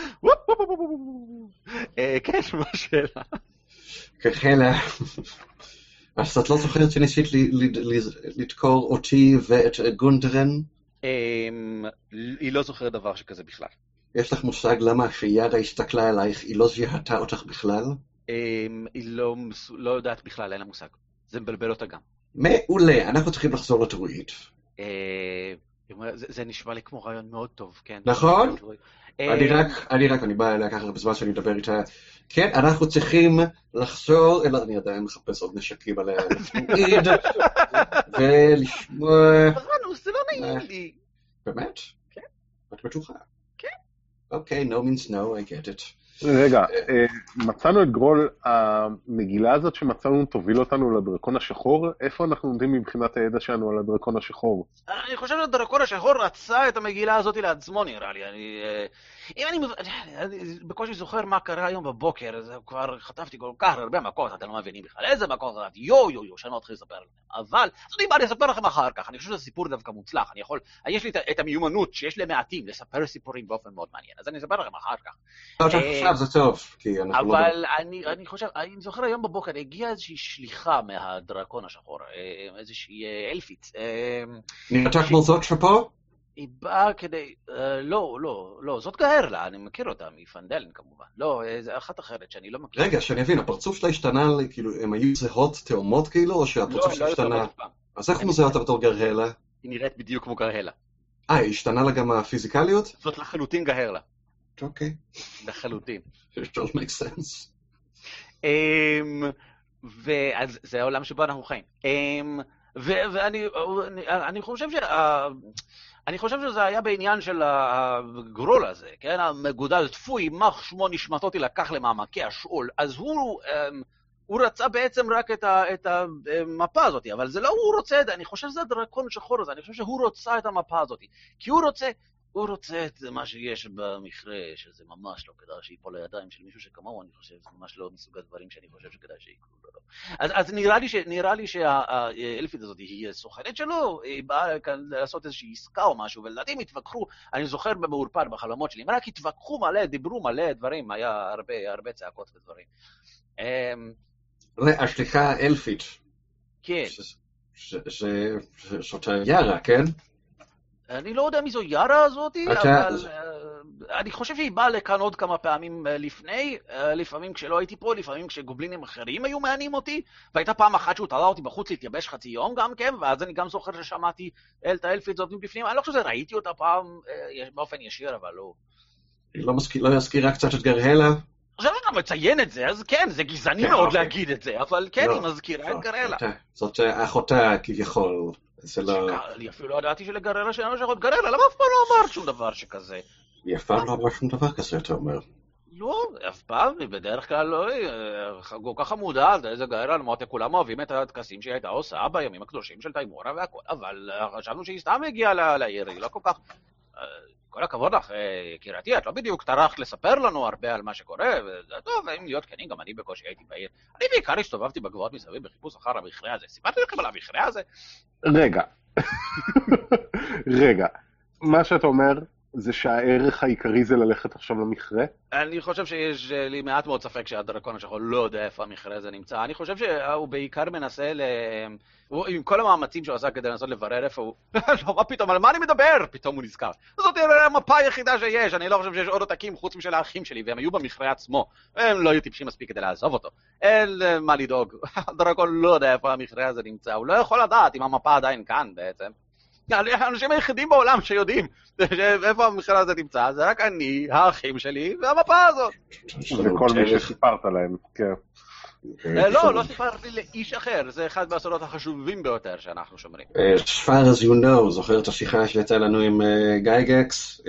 כן, מה השאלה? קרלה, אז את לא זוכרת שניסית לדקור אותי ואת גונדרן? היא לא זוכרת דבר שכזה בכלל. יש לך מושג למה שידה הסתכלה עלייך, היא לא זיהתה אותך בכלל? היא לא יודעת בכלל, אין לה מושג. זה מבלבל אותה גם. מעולה, אנחנו צריכים לחזור לתורית. זה נשמע לי כמו רעיון מאוד טוב, כן. נכון? אני רק, אני רק, אני בא אליה ככה בזמן שאני מדבר איתה. כן, אנחנו צריכים לחזור, אלא אני עדיין מחפש עוד נשקים עליה לתמיד, ולשמוע... ברנוס, זה לא נעים לי. באמת? כן. את בטוחה? כן. אוקיי, no means no, I get it. רגע, מצאנו את גרול, המגילה הזאת שמצאנו תוביל אותנו לדרקון השחור, איפה אנחנו עומדים מבחינת הידע שלנו על הדרקון השחור? אני חושב שהדרקון השחור רצה את המגילה הזאת לעצמו נראה לי, אני... אם אני... אני בקושי זוכר מה קרה היום בבוקר, אז כבר חטפתי כל כך הרבה מכות, אתם לא מבינים בכלל איזה מכות, יו יו יו, שאני לא אתחיל לספר לכם, אבל, אז אני בא לספר לכם אחר כך, אני חושב שזה סיפור דווקא מוצלח, אני יכול, יש לי את המיומנות שיש למעטים לספר סיפורים באופן מאוד מעניין, אז אני אספר לכם אחר כך. עכשיו זה טוב, כי אנחנו לא... אבל אני חושב, אני זוכר היום בבוקר, הגיעה איזושהי שליחה מהדרקון השחור, איזושהי אלפית. נראתה כמו זאת שפה? היא באה כדי... לא, לא, לא, זאת גהרלה, אני מכיר אותה, מפנדלן כמובן. לא, זו אחת אחרת שאני לא מכיר. רגע, שאני אבין, הפרצוף שלה השתנה, כאילו, הם היו זהות תאומות כאילו, או שהפרצוף שלה השתנה? אז איך הוא מזהה אותה בתור גהרלה? היא נראית בדיוק כמו גהרלה. אה, היא השתנה לה גם הפיזיקליות? זאת לחלוטין גהרלה. אוקיי. לחלוטין. It don't make sense. ואז זה העולם שבו אנחנו חיים. ואני חושב ש... אני חושב שזה היה בעניין של הגרול הזה, כן? המגודל תפוי, מח שמו נשמתותי לקח למעמקי השאול, אז הוא... הוא רצה בעצם רק את, ה, את המפה הזאת, אבל זה לא הוא רוצה, אני חושב שזה הדרקון שחור הזה, אני חושב שהוא רוצה את המפה הזאת, כי הוא רוצה הוא רוצה את מה שיש במכרה, שזה ממש לא כדאי שיפול לידיים של מישהו שכמוהו, אני חושב, זה ממש לא מסוג הדברים שאני חושב שכדאי שיקרו לו. אז, אז נראה לי, ש, נראה לי שהאלפית הזאת היא סוכנת שלו, היא באה כאן לעשות איזושהי עסקה או משהו, ולדעתי הם התווכחו, אני זוכר במאורפד בחלומות שלי, הם רק התווכחו מלא, דיברו מלא דברים, היה הרבה, הרבה צעקות ודברים. השליחה האלפית. כן. זאת יארה, כן? אני לא יודע מי זו יארה הזאתי, אבל אני חושב שהיא באה לכאן עוד כמה פעמים לפני, לפעמים כשלא הייתי פה, לפעמים כשגובלינים אחרים היו מעניינים אותי, והייתה פעם אחת שהוא תראה אותי בחוץ להתייבש חצי יום גם כן, ואז אני גם זוכר ששמעתי את האלפית זאת מבפנים, אני לא חושב שראיתי אותה פעם באופן ישיר, אבל לא. לא יזכירה קצת את גרהלה? עכשיו אתה מציין את זה, אז כן, זה גזעני מאוד להגיד את זה, אבל כן, היא מזכירה את גרהלה. זאת אחותה כביכול. אני אפילו לא ידעתי שלגרלה שלנו שרות גרלה, למה אף פעם לא אמרת שום דבר שכזה? היא אף פעם לא אמרה שום דבר כזה, אתה אומר. לא, אף פעם, בדרך כלל לא, כל כך מודעת, איזה גרלה, אמרתי, כולם אוהבים את הטקסים שהיא הייתה עושה בימים הקדושים של תיימורה והכל, אבל חשבנו שהיא סתם הגיעה לעיר, היא לא כל כך... כל הכבוד לך, יקירתי, את לא בדיוק טרחת לספר לנו הרבה על מה שקורה, וזה טוב, אם להיות כנים, גם אני בקושי הייתי בעיר. אני בעיקר הסתובבתי בגבוהות מסביב בחיפוש אחר המכרה הזה. סיפרתי לכם על המכרה הזה? רגע. רגע. מה שאתה אומר זה שהערך העיקרי זה ללכת עכשיו למכרה? אני חושב שיש לי מעט מאוד ספק שהדרקון השחור לא יודע איפה המכרה הזה נמצא. אני חושב שהוא בעיקר מנסה ל... עם כל המאמצים שהוא עשה כדי לנסות לברר איפה הוא... לא, מה פתאום, על מה אני מדבר? פתאום הוא נזכר. זאת המפה היחידה שיש, אני לא חושב שיש עוד עותקים חוץ משל האחים שלי, והם היו במכרה עצמו. הם לא היו טיפשים מספיק כדי לעזוב אותו. אין מה לדאוג. הדרקון לא יודע איפה המכרה הזה נמצא. הוא לא יכול לדעת אם המפה עדיין כאן בעצם. האנשים היחידים בעולם שיודעים איפה המכרה הזה נמצא, זה רק אני, האחים שלי והמפה הזאת. וכל מי שסיפרת להם, כן. לא, לא סיפרתי לאיש אחר, זה אחד מהסודות החשובים ביותר שאנחנו שומרים. As far as you know, זוכר את השיחה שיצאה לנו עם גייגקס,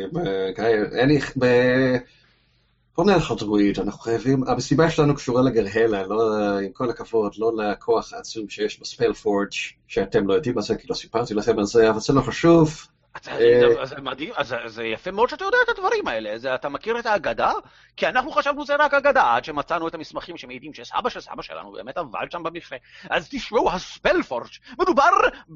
בוא נלך לדרואיד, אנחנו חייבים, המסיבה שלנו קשורה לגרהלה, עם כל הכבוד, לא לכוח העצום שיש בספל פורג' שאתם לא יודעים על זה, כי לא סיפרתי לכם על זה, אבל זה לא חשוב. זה מדהים, זה יפה מאוד שאתה יודע את הדברים האלה, אתה מכיר את האגדה? כי אנחנו חשבנו זה רק אגדה, עד שמצאנו את המסמכים שמעידים שסבא של סבא שלנו באמת עבד שם במכרה. אז תשמעו, הספלפורג' מדובר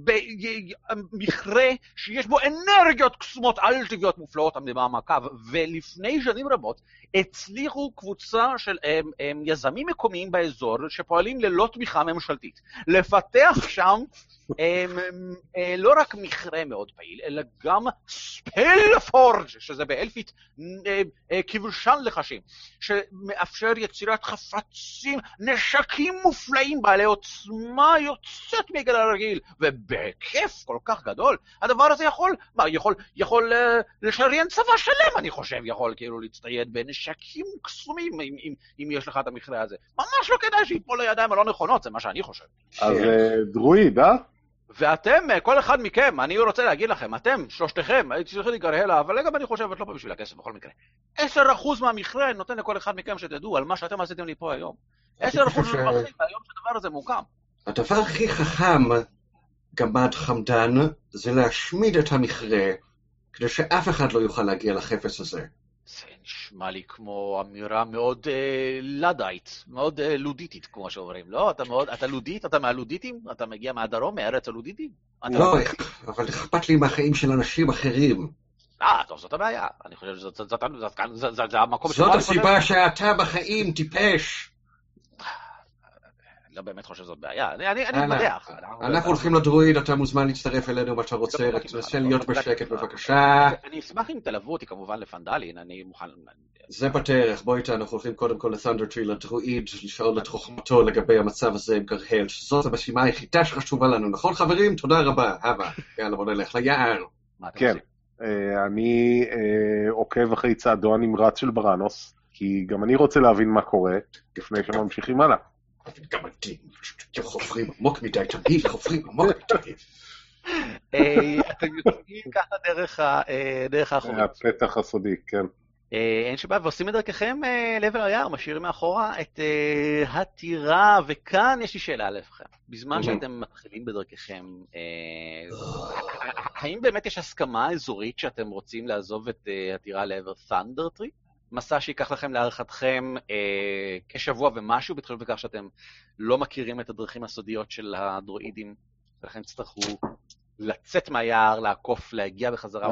במכרה שיש בו אנרגיות קסומות על טבעיות מופלאות מהמעקב, ולפני שנים רבות הצליחו קבוצה של יזמים מקומיים באזור שפועלים ללא תמיכה ממשלתית לפתח שם לא רק מכרה מאוד פעיל, אלא גם ספלפורג', שזה באלפית כבשן לחשים, שמאפשר יצירת חפצים, נשקים מופלאים בעלי עוצמה יוצאת מגל הרגיל, ובהיקף כל כך גדול, הדבר הזה יכול, מה, יכול, יכול לשריין צבא שלם, אני חושב, יכול כאילו להצטייד בנשקים קסומים, אם, אם, אם יש לך את המכרה הזה. ממש לא כדאי שיפול לידיים הלא נכונות, זה מה שאני חושב. אז דרואיד, אה? ואתם, כל אחד מכם, אני רוצה להגיד לכם, אתם, שלושתכם, הייתי צריך לגרהלה, אבל גם אני חושבת לא בשביל הכסף בכל מקרה. עשר אחוז מהמכרה נותן לכל אחד מכם שתדעו על מה שאתם עשיתם לי פה היום. עשר אחוז מהמכרה, היום שהדבר הזה מוקם. הדבר הכי חכם, גמד חמדן, זה להשמיד את המכרה, כדי שאף אחד לא יוכל להגיע לחפץ הזה. זה נשמע לי כמו אמירה מאוד אה, לדאית, מאוד אה, לודיטית, כמו שאומרים, לא? אתה, מאוד, אתה לודית? אתה מהלודיטים? אתה מגיע מהדרום, מארץ הלודיטים? לא, לא, אבל אכפת לי מהחיים של אנשים אחרים. אה, טוב, זאת הבעיה. אני חושב שזאת זאת, זאת, זאת, זאת, זאת, זאת המקום... זאת הסיבה שאתה בחיים טיפש. לא באמת חושב שזאת בעיה, אני, אני, אני מדח. אנחנו הולכים לדרואיד, אתה מוזמן להצטרף אלינו אם אתה רוצה, רק תנסה להיות בשקט בבקשה. אני אשמח אם תלוו אותי כמובן לפנדלין, אני מוכן... זה בדרך, בוא איתה, אנחנו הולכים קודם כל לת'נדרטרי, לדרואיד, לשאול את חוכמתו לגבי המצב הזה עם גרהל, שזאת המשימה היחידה שחשובה לנו, נכון חברים? תודה רבה, הבה, יאללה בוא נלך ליער. כן, אני עוקב אחרי צעדו הנמרץ של בראנוס, כי גם אני רוצה להבין מה קורה, לפני שממשיכים הלאה. גם אתם, אתם חופרים עמוק מדי, תמיד חופרים עמוק מדי. אתם יוצאים ככה דרך האחורית. הפתח הסודי, כן. אין שבא, ועושים את דרככם לעבר היער, משאירים מאחורה את הטירה, וכאן יש לי שאלה עליכם. בזמן שאתם מתחילים בדרככם, האם באמת יש הסכמה אזורית שאתם רוצים לעזוב את uh, הטירה לעבר ת'אנדר טרי? מסע שיקח לכם להערכתכם אה, כשבוע ומשהו, בתחילות בכך שאתם לא מכירים את הדרכים הסודיות של הדרואידים, ולכן תצטרכו לצאת מהיער, לעקוף, להגיע בחזרה.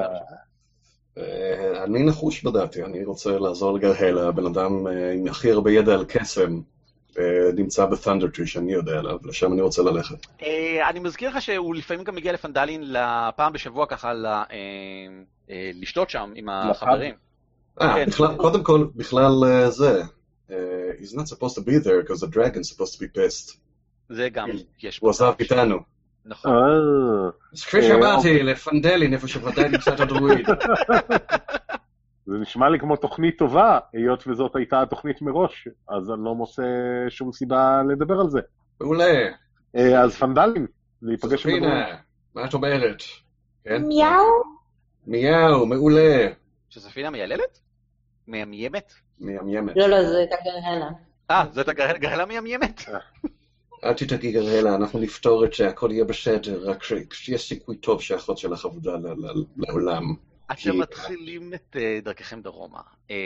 אני נחוש בדעתי, אני רוצה לעזור לגרהלה, הבן אדם עם הכי הרבה ידע על קסם, נמצא בת'אנדר טרי שאני יודע עליו, לשם אני רוצה ללכת. אני מזכיר לך שהוא לפעמים גם מגיע לפנדלין לפעם בשבוע ככה לשתות שם עם החברים. אה, קודם כל, בכלל זה, he's not supposed to be there because the dragon's supposed to be pissed. זה גם, יש הוא עזב איתנו. נכון. אז כפי שאמרתי, לפנדלין, איפה שוודאי נמצא את הדרואיד. זה נשמע לי כמו תוכנית טובה, היות וזאת הייתה התוכנית מראש, אז אני לא מוצא שום סיבה לדבר על זה. מעולה. אז פנדלין, להיפגש עם הדרואיד. מה את אומרת? מיהו? מיהו, מעולה. שספינה מייללת? מיימיימת? מיימיימת. לא, לא, זו הייתה גרהלה. אה, זו הייתה גרהלה מיימיימת? אל תתגעי גרהלה, אנחנו נפתור את זה, הכל יהיה בסדר, רק שיש סיכוי טוב שהאחות שלך עבודה לעולם. אתם מתחילים את דרככם דרומה,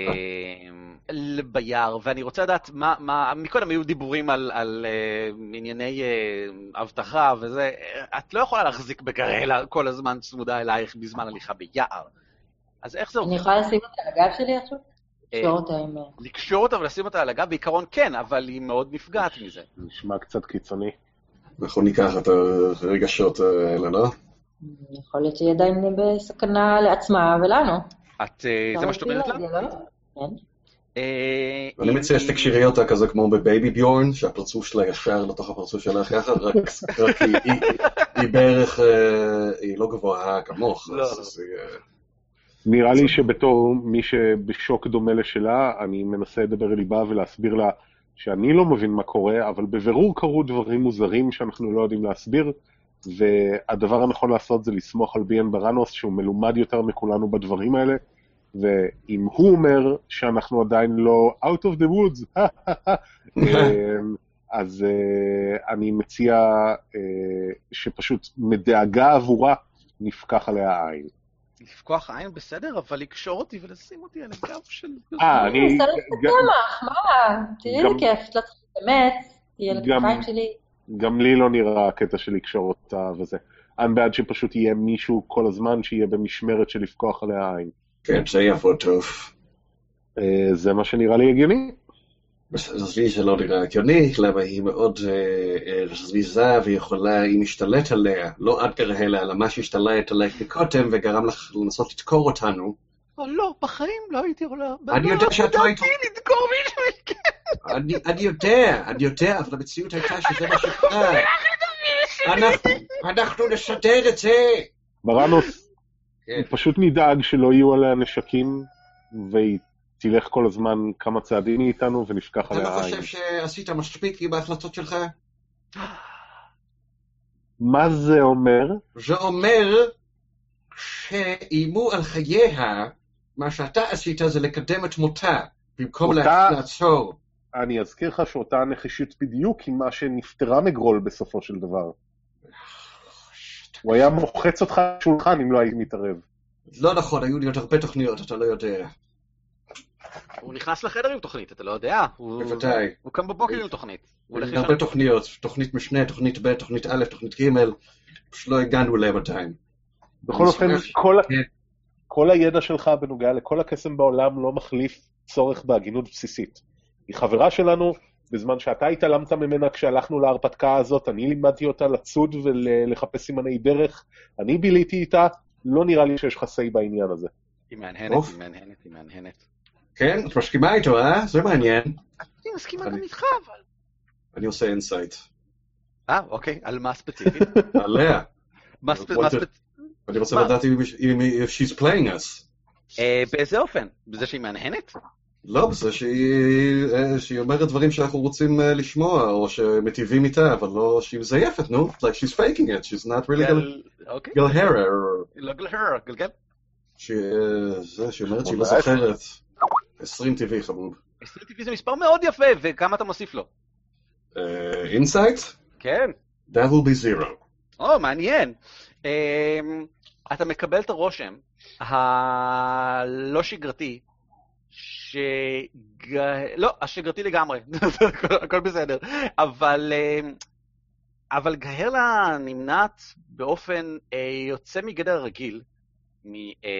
ביער, ואני רוצה לדעת מה, מקודם היו דיבורים על ענייני הבטחה וזה, את לא יכולה להחזיק בגרהלה כל הזמן צמודה אלייך בזמן הליכה ביער. אז איך זה עובד? אני יכולה לשים אותה על הגב שלי עכשיו? לקשור אותה עם... לקשור אותה ולשים אותה על הגב, בעיקרון כן, אבל היא מאוד נפגעת מזה. נשמע קצת קיצוני. אנחנו ניקח את הרגשות האלה, לא? יכול להיות שהיא עדיין בסכנה לעצמה ולנו. את, זה מה שאת אומרת לה? כן. אני מציע שתקשירי אותה כזה כמו בבייבי ביורן, שהפרצוף שלה ישר לתוך הפרצוף שלך יחד, רק היא בערך, היא לא גבוהה כמוך. נראה לי שבתור מי שבשוק דומה לשלה, אני מנסה לדבר אל ליבה ולהסביר לה שאני לא מבין מה קורה, אבל בבירור קרו דברים מוזרים שאנחנו לא יודעים להסביר, והדבר הנכון לעשות זה לסמוך על ביאן ברנוס, שהוא מלומד יותר מכולנו בדברים האלה, ואם הוא אומר שאנחנו עדיין לא out of the woods, אז אני מציע שפשוט מדאגה עבורה נפקח עליה העין. לפקוח עין בסדר, אבל לקשור אותי ולשים אותי על הגב של... אה, אני... אני אעשה לך תמח, מה? תהיה לי כיף, לא צריך באמת, תהיה לכתפיים שלי. גם לי לא נראה הקטע של לקשור אותה וזה. אני בעד שפשוט יהיה מישהו כל הזמן שיהיה במשמרת של לפקוח עליה עין. כן, זה יעבוד טוב. זה מה שנראה לי הגיוני. עזבי שלא נראה הגיוני, למה היא מאוד זריזה ויכולה, היא משתלט עליה, לא עד גרהלה, אלא מה שהשתלט עליה מקודם וגרם לך לנסות לדקור אותנו. או לא, בחיים לא הייתי עולה. אני יודע שאת לא היית... לדקור מישהו מכם. אני יודע, אני יודע, אבל המציאות הייתה שזה מה שקרה. אנחנו נסדר את זה. ברנוס, פשוט נדאג שלא יהיו עליה נשקים, והיא תלך כל הזמן כמה צעדים מאיתנו ונפקח עליה העין. אתה לא חושב שעשית מספיק עם ההחלטות שלך? מה זה אומר? זה אומר שאיימו על חייה, מה שאתה עשית זה לקדם את מותה, במקום לעצור. אני אזכיר לך שאותה הנחישות בדיוק עם מה שנפטרה מגרול בסופו של דבר. הוא היה מוחץ אותך שולחן אם לא היית מתערב. לא נכון, היו לי עוד הרבה תוכניות, אתה לא יודע. הוא נכנס לחדר עם תוכנית, אתה לא יודע. בוודאי. הוא קם בבוקר עם תוכנית. הרבה תוכניות, תוכנית משנה, תוכנית ב', תוכנית א', תוכנית ג', פשוט לא הגענו להם עדיין. בכל אופן, כל הידע שלך בנוגע לכל הקסם בעולם לא מחליף צורך בהגינות בסיסית. היא חברה שלנו, בזמן שאתה התעלמת ממנה כשהלכנו להרפתקה הזאת, אני לימדתי אותה לצוד ולחפש סימני דרך, אני ביליתי איתה, לא נראה לי שיש חסי בעניין הזה. היא מהנהנת, היא מהנהנת, היא מהנהנת. כן, את משכימה איתו, אה? זה מעניין. אני מסכימה גם איתך, אבל... אני עושה אינסייט. אה, אוקיי, על מה ספציפית? עליה. מה ספציפית? אני רוצה לדעת אם she's playing us. באיזה אופן? בזה שהיא מהנהנת? לא, בזה שהיא אומרת דברים שאנחנו רוצים לשמוע, או שמטיבים איתה, אבל לא שהיא מזייפת, נו. Like she's faking it, she's not really גלהרה. לא גלהרה, גלגל? שהיא אומרת שהיא לא זוכרת. עשרים טבעי, חבוב. עשרים טבעי זה מספר מאוד יפה, וכמה אתה מוסיף לו? אינסייט? כן. That will be zero. או, מעניין. אתה מקבל את הרושם הלא שגרתי, שג... לא, השגרתי לגמרי, הכל בסדר, אבל, אבל גהלה נמנעת באופן יוצא מגדר הרגיל, מ...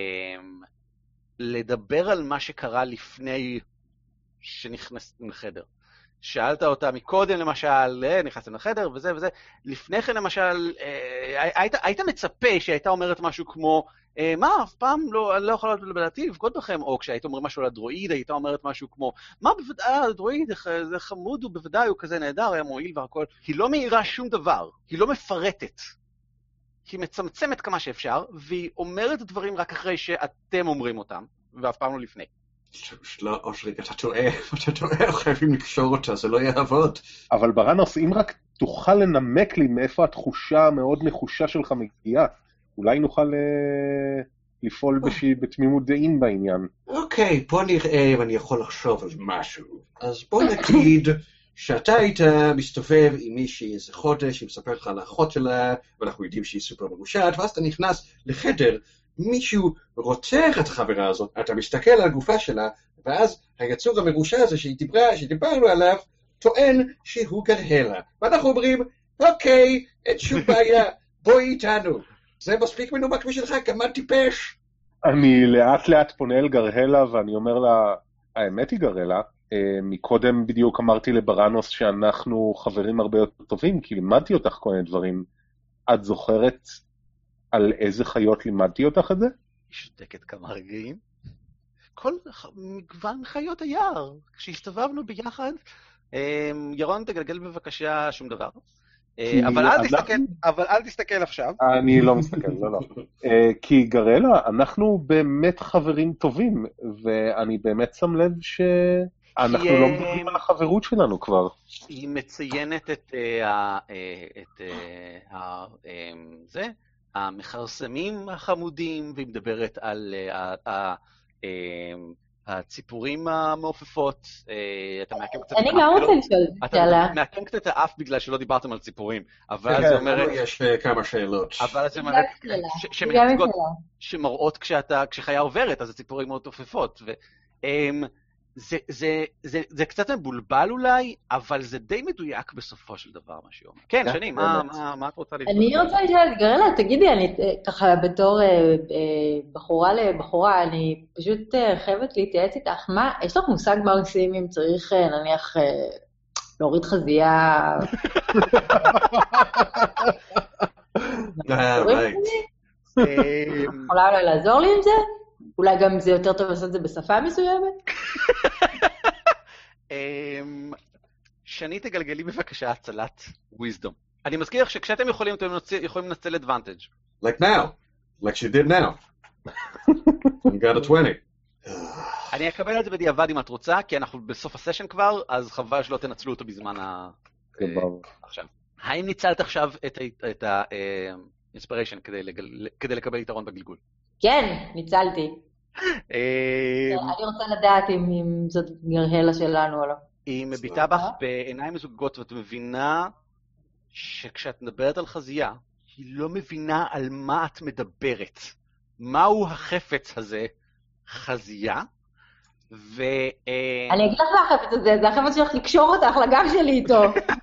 לדבר על מה שקרה לפני שנכנסים לחדר. שאלת אותה מקודם למשל, נכנסים לחדר וזה וזה, לפני כן למשל, היית, היית מצפה שהייתה אומרת משהו כמו, מה, אף פעם לא, אני לא יכולה לדעתי לבגוד בכם, או כשהיית אומרת משהו על הדרואיד, הייתה אומרת משהו כמו, מה בוודאי, הדרואיד זה חמוד, הוא בוודאי, הוא כזה נהדר, היה מועיל והכל. היא לא מאירה שום דבר, היא לא מפרטת. היא מצמצמת כמה שאפשר, והיא אומרת דברים רק אחרי שאתם אומרים אותם, ואף פעם לא לפני. לא, אושריק, אתה טועה, אתה טועה, חייבים לקשור אותה, זה לא יעבוד. אבל ברנוס, אם רק תוכל לנמק לי מאיפה התחושה המאוד נחושה שלך מגיעה, אולי נוכל אה, לפעול בשי, בתמימות דעים בעניין. אוקיי, בוא נראה אם אני יכול לחשוב על משהו. אז בוא נגיד שאתה היית מסתובב עם מישהי איזה חודש, היא מספרת לך על האחות שלה, ואנחנו יודעים שהיא סופר מרושעת, ואז אתה נכנס לחדר, מישהו רוצח את החברה הזאת, אתה מסתכל על הגופה שלה, ואז היצור המרושע הזה שהיא דיברה, שדיברנו עליו, טוען שהוא גרהלה. ואנחנו אומרים, אוקיי, אין שום בעיה, בואי איתנו. זה מספיק מנומק בשבילך, כמה טיפש. אני לאט לאט פונה אל גרהלה, ואני אומר לה, האמת היא גרהלה, מקודם בדיוק אמרתי לברנוס שאנחנו חברים הרבה יותר טובים, כי לימדתי אותך כל מיני דברים. את זוכרת על איזה חיות לימדתי אותך את זה? היא שותקת כמה רגעים. כל מגוון חיות היער, כשהסתובבנו ביחד, ירון תגלגל בבקשה שום דבר. אבל אל תסתכל, אבל אל תסתכל עכשיו. אני לא מסתכל, לא, לא. כי גרהלה, אנחנו באמת חברים טובים, ואני באמת שם לב שאנחנו לא מדברים על החברות שלנו כבר. היא מציינת את זה, המחרסמים החמודים, והיא מדברת על הציפורים המעופפות. אני גם רוצה לשאול שאלה. אתה מעקם קצת את האף בגלל שלא דיברתם על ציפורים, אבל זה אומרת... יש כמה שאלות. אבל זה אומרת שמראות כשחיה עוברת, אז הציפורים מאוד עופפות. זה, זה, זה, זה קצת מבולבל אולי, אבל זה די מדויק בסופו של דבר, מה שאומר. כן, שני, מה, מה, מה את רוצה לבדוק? אני רוצה לשאול, גרהלה, תגידי, אני ככה בתור בחורה לבחורה, אני פשוט חייבת להתייעץ איתך, מה, יש לך מושג מה עושים אם צריך, נניח, להוריד חזייה? יכולה אולי לעזור לי עם זה? אולי גם זה יותר טוב לעשות את זה בשפה מסוימת? שני, תגלגלי בבקשה הצלת wisdom. אני מזכיר לך שכשאתם יכולים, אתם יכולים לנצל advantage. Like now. Like she did now. You got a twenty. אני אקבל את זה בדיעבד אם את רוצה, כי אנחנו בסוף הסשן כבר, אז חבל שלא תנצלו אותו בזמן עכשיו. האם ניצלת עכשיו את ה-inspiration כדי לקבל יתרון בגלגול? כן, ניצלתי. אני רוצה לדעת אם זאת גרהלה שלנו או לא. היא מביטה בך בעיניים מזוגגות, ואת מבינה שכשאת מדברת על חזייה, היא לא מבינה על מה את מדברת. מהו החפץ הזה? חזייה? ו... אני אגיד לך מה החפץ הזה, זה החפץ שלך לקשור אותך לגב שלי איתו.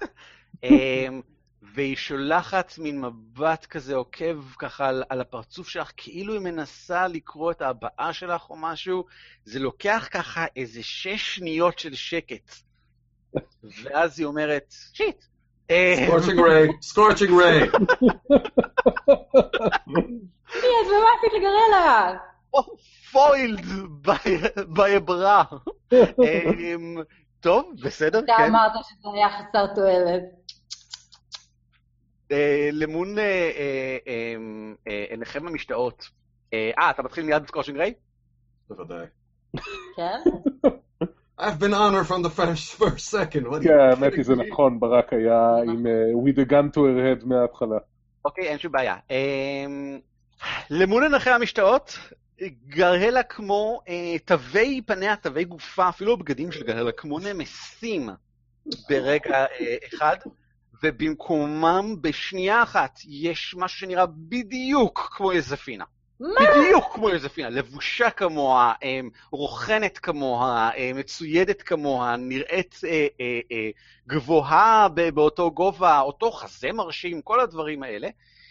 והיא שולחת מין מבט כזה עוקב ככה על, על הפרצוף שלך, כאילו היא מנסה לקרוא את הבאה שלך או משהו, זה לוקח ככה איזה שש שניות של שקט. ואז היא אומרת, שיט. Scorching ray, scorching ray. מי, אז במה עשית לגרהלה? פוילד ביברה. טוב, בסדר, כן. אתה אמרת שזה היה חסר תועלת. למון עיניכם המשתאות. אה, אתה מתחיל מיד בסקורצ'ינג ריי? בוודאי. כן? I've been honored from the first, first second. כן, האמת היא זה נכון, ברק היה עם with a gun to her head מההתחלה. אוקיי, אין שום בעיה. למון עיניכם המשתאות, גרהלה כמו תווי פניה, תווי גופה, אפילו בגדים של גרהלה, כמו נמסים ברגע אחד. ובמקומם בשנייה אחת יש משהו שנראה בדיוק כמו איזפינה. בדיוק כמו יוזפינה, לבושה כמוה, רוחנת כמוה, מצוידת כמוה, נראית גבוהה באותו גובה, אותו חזה מרשים, כל הדברים האלה,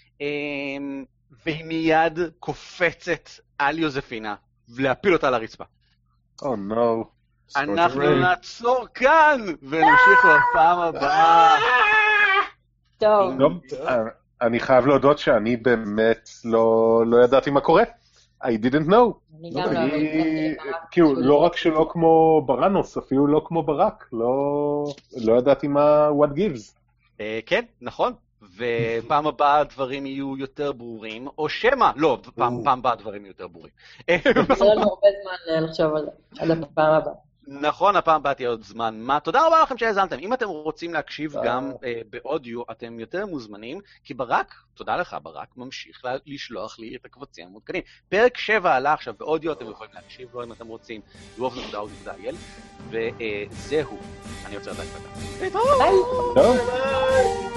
והיא מיד קופצת על יוזפינה, להפיל אותה לרצפה. או נו. אנחנו נעצור כאן, ונמשיך בפעם הבאה. טוב. אני חייב להודות שאני באמת לא, לא ידעתי מה קורה. I didn't know. אני גם לא ידעתי. כאילו, לא רק שלא כמו ברנוס, אפילו לא כמו ברק. לא, לא ידעתי מה what gives. כן, נכון. ופעם הבאה הדברים יהיו יותר ברורים, או שמה, לא, פעם הבאה הדברים יהיו יותר ברורים. זה לנו הרבה זמן לחשוב על זה, עד הפעם הבאה. נכון, הפעם הבאה תהיה עוד זמן. מה? תודה רבה לכם שהאזנתם. אם אתם רוצים להקשיב גם באודיו, אתם יותר מוזמנים, כי ברק, תודה לך, ברק ממשיך לשלוח לי את הקבצים המותקנים. פרק שבע עלה עכשיו באודיו, אתם יכולים להקשיב לו אם אתם רוצים, דואב נקודה אודיו נקודה איי אל, וזהו. אני רוצה לדעת פתח. ביי! ביי!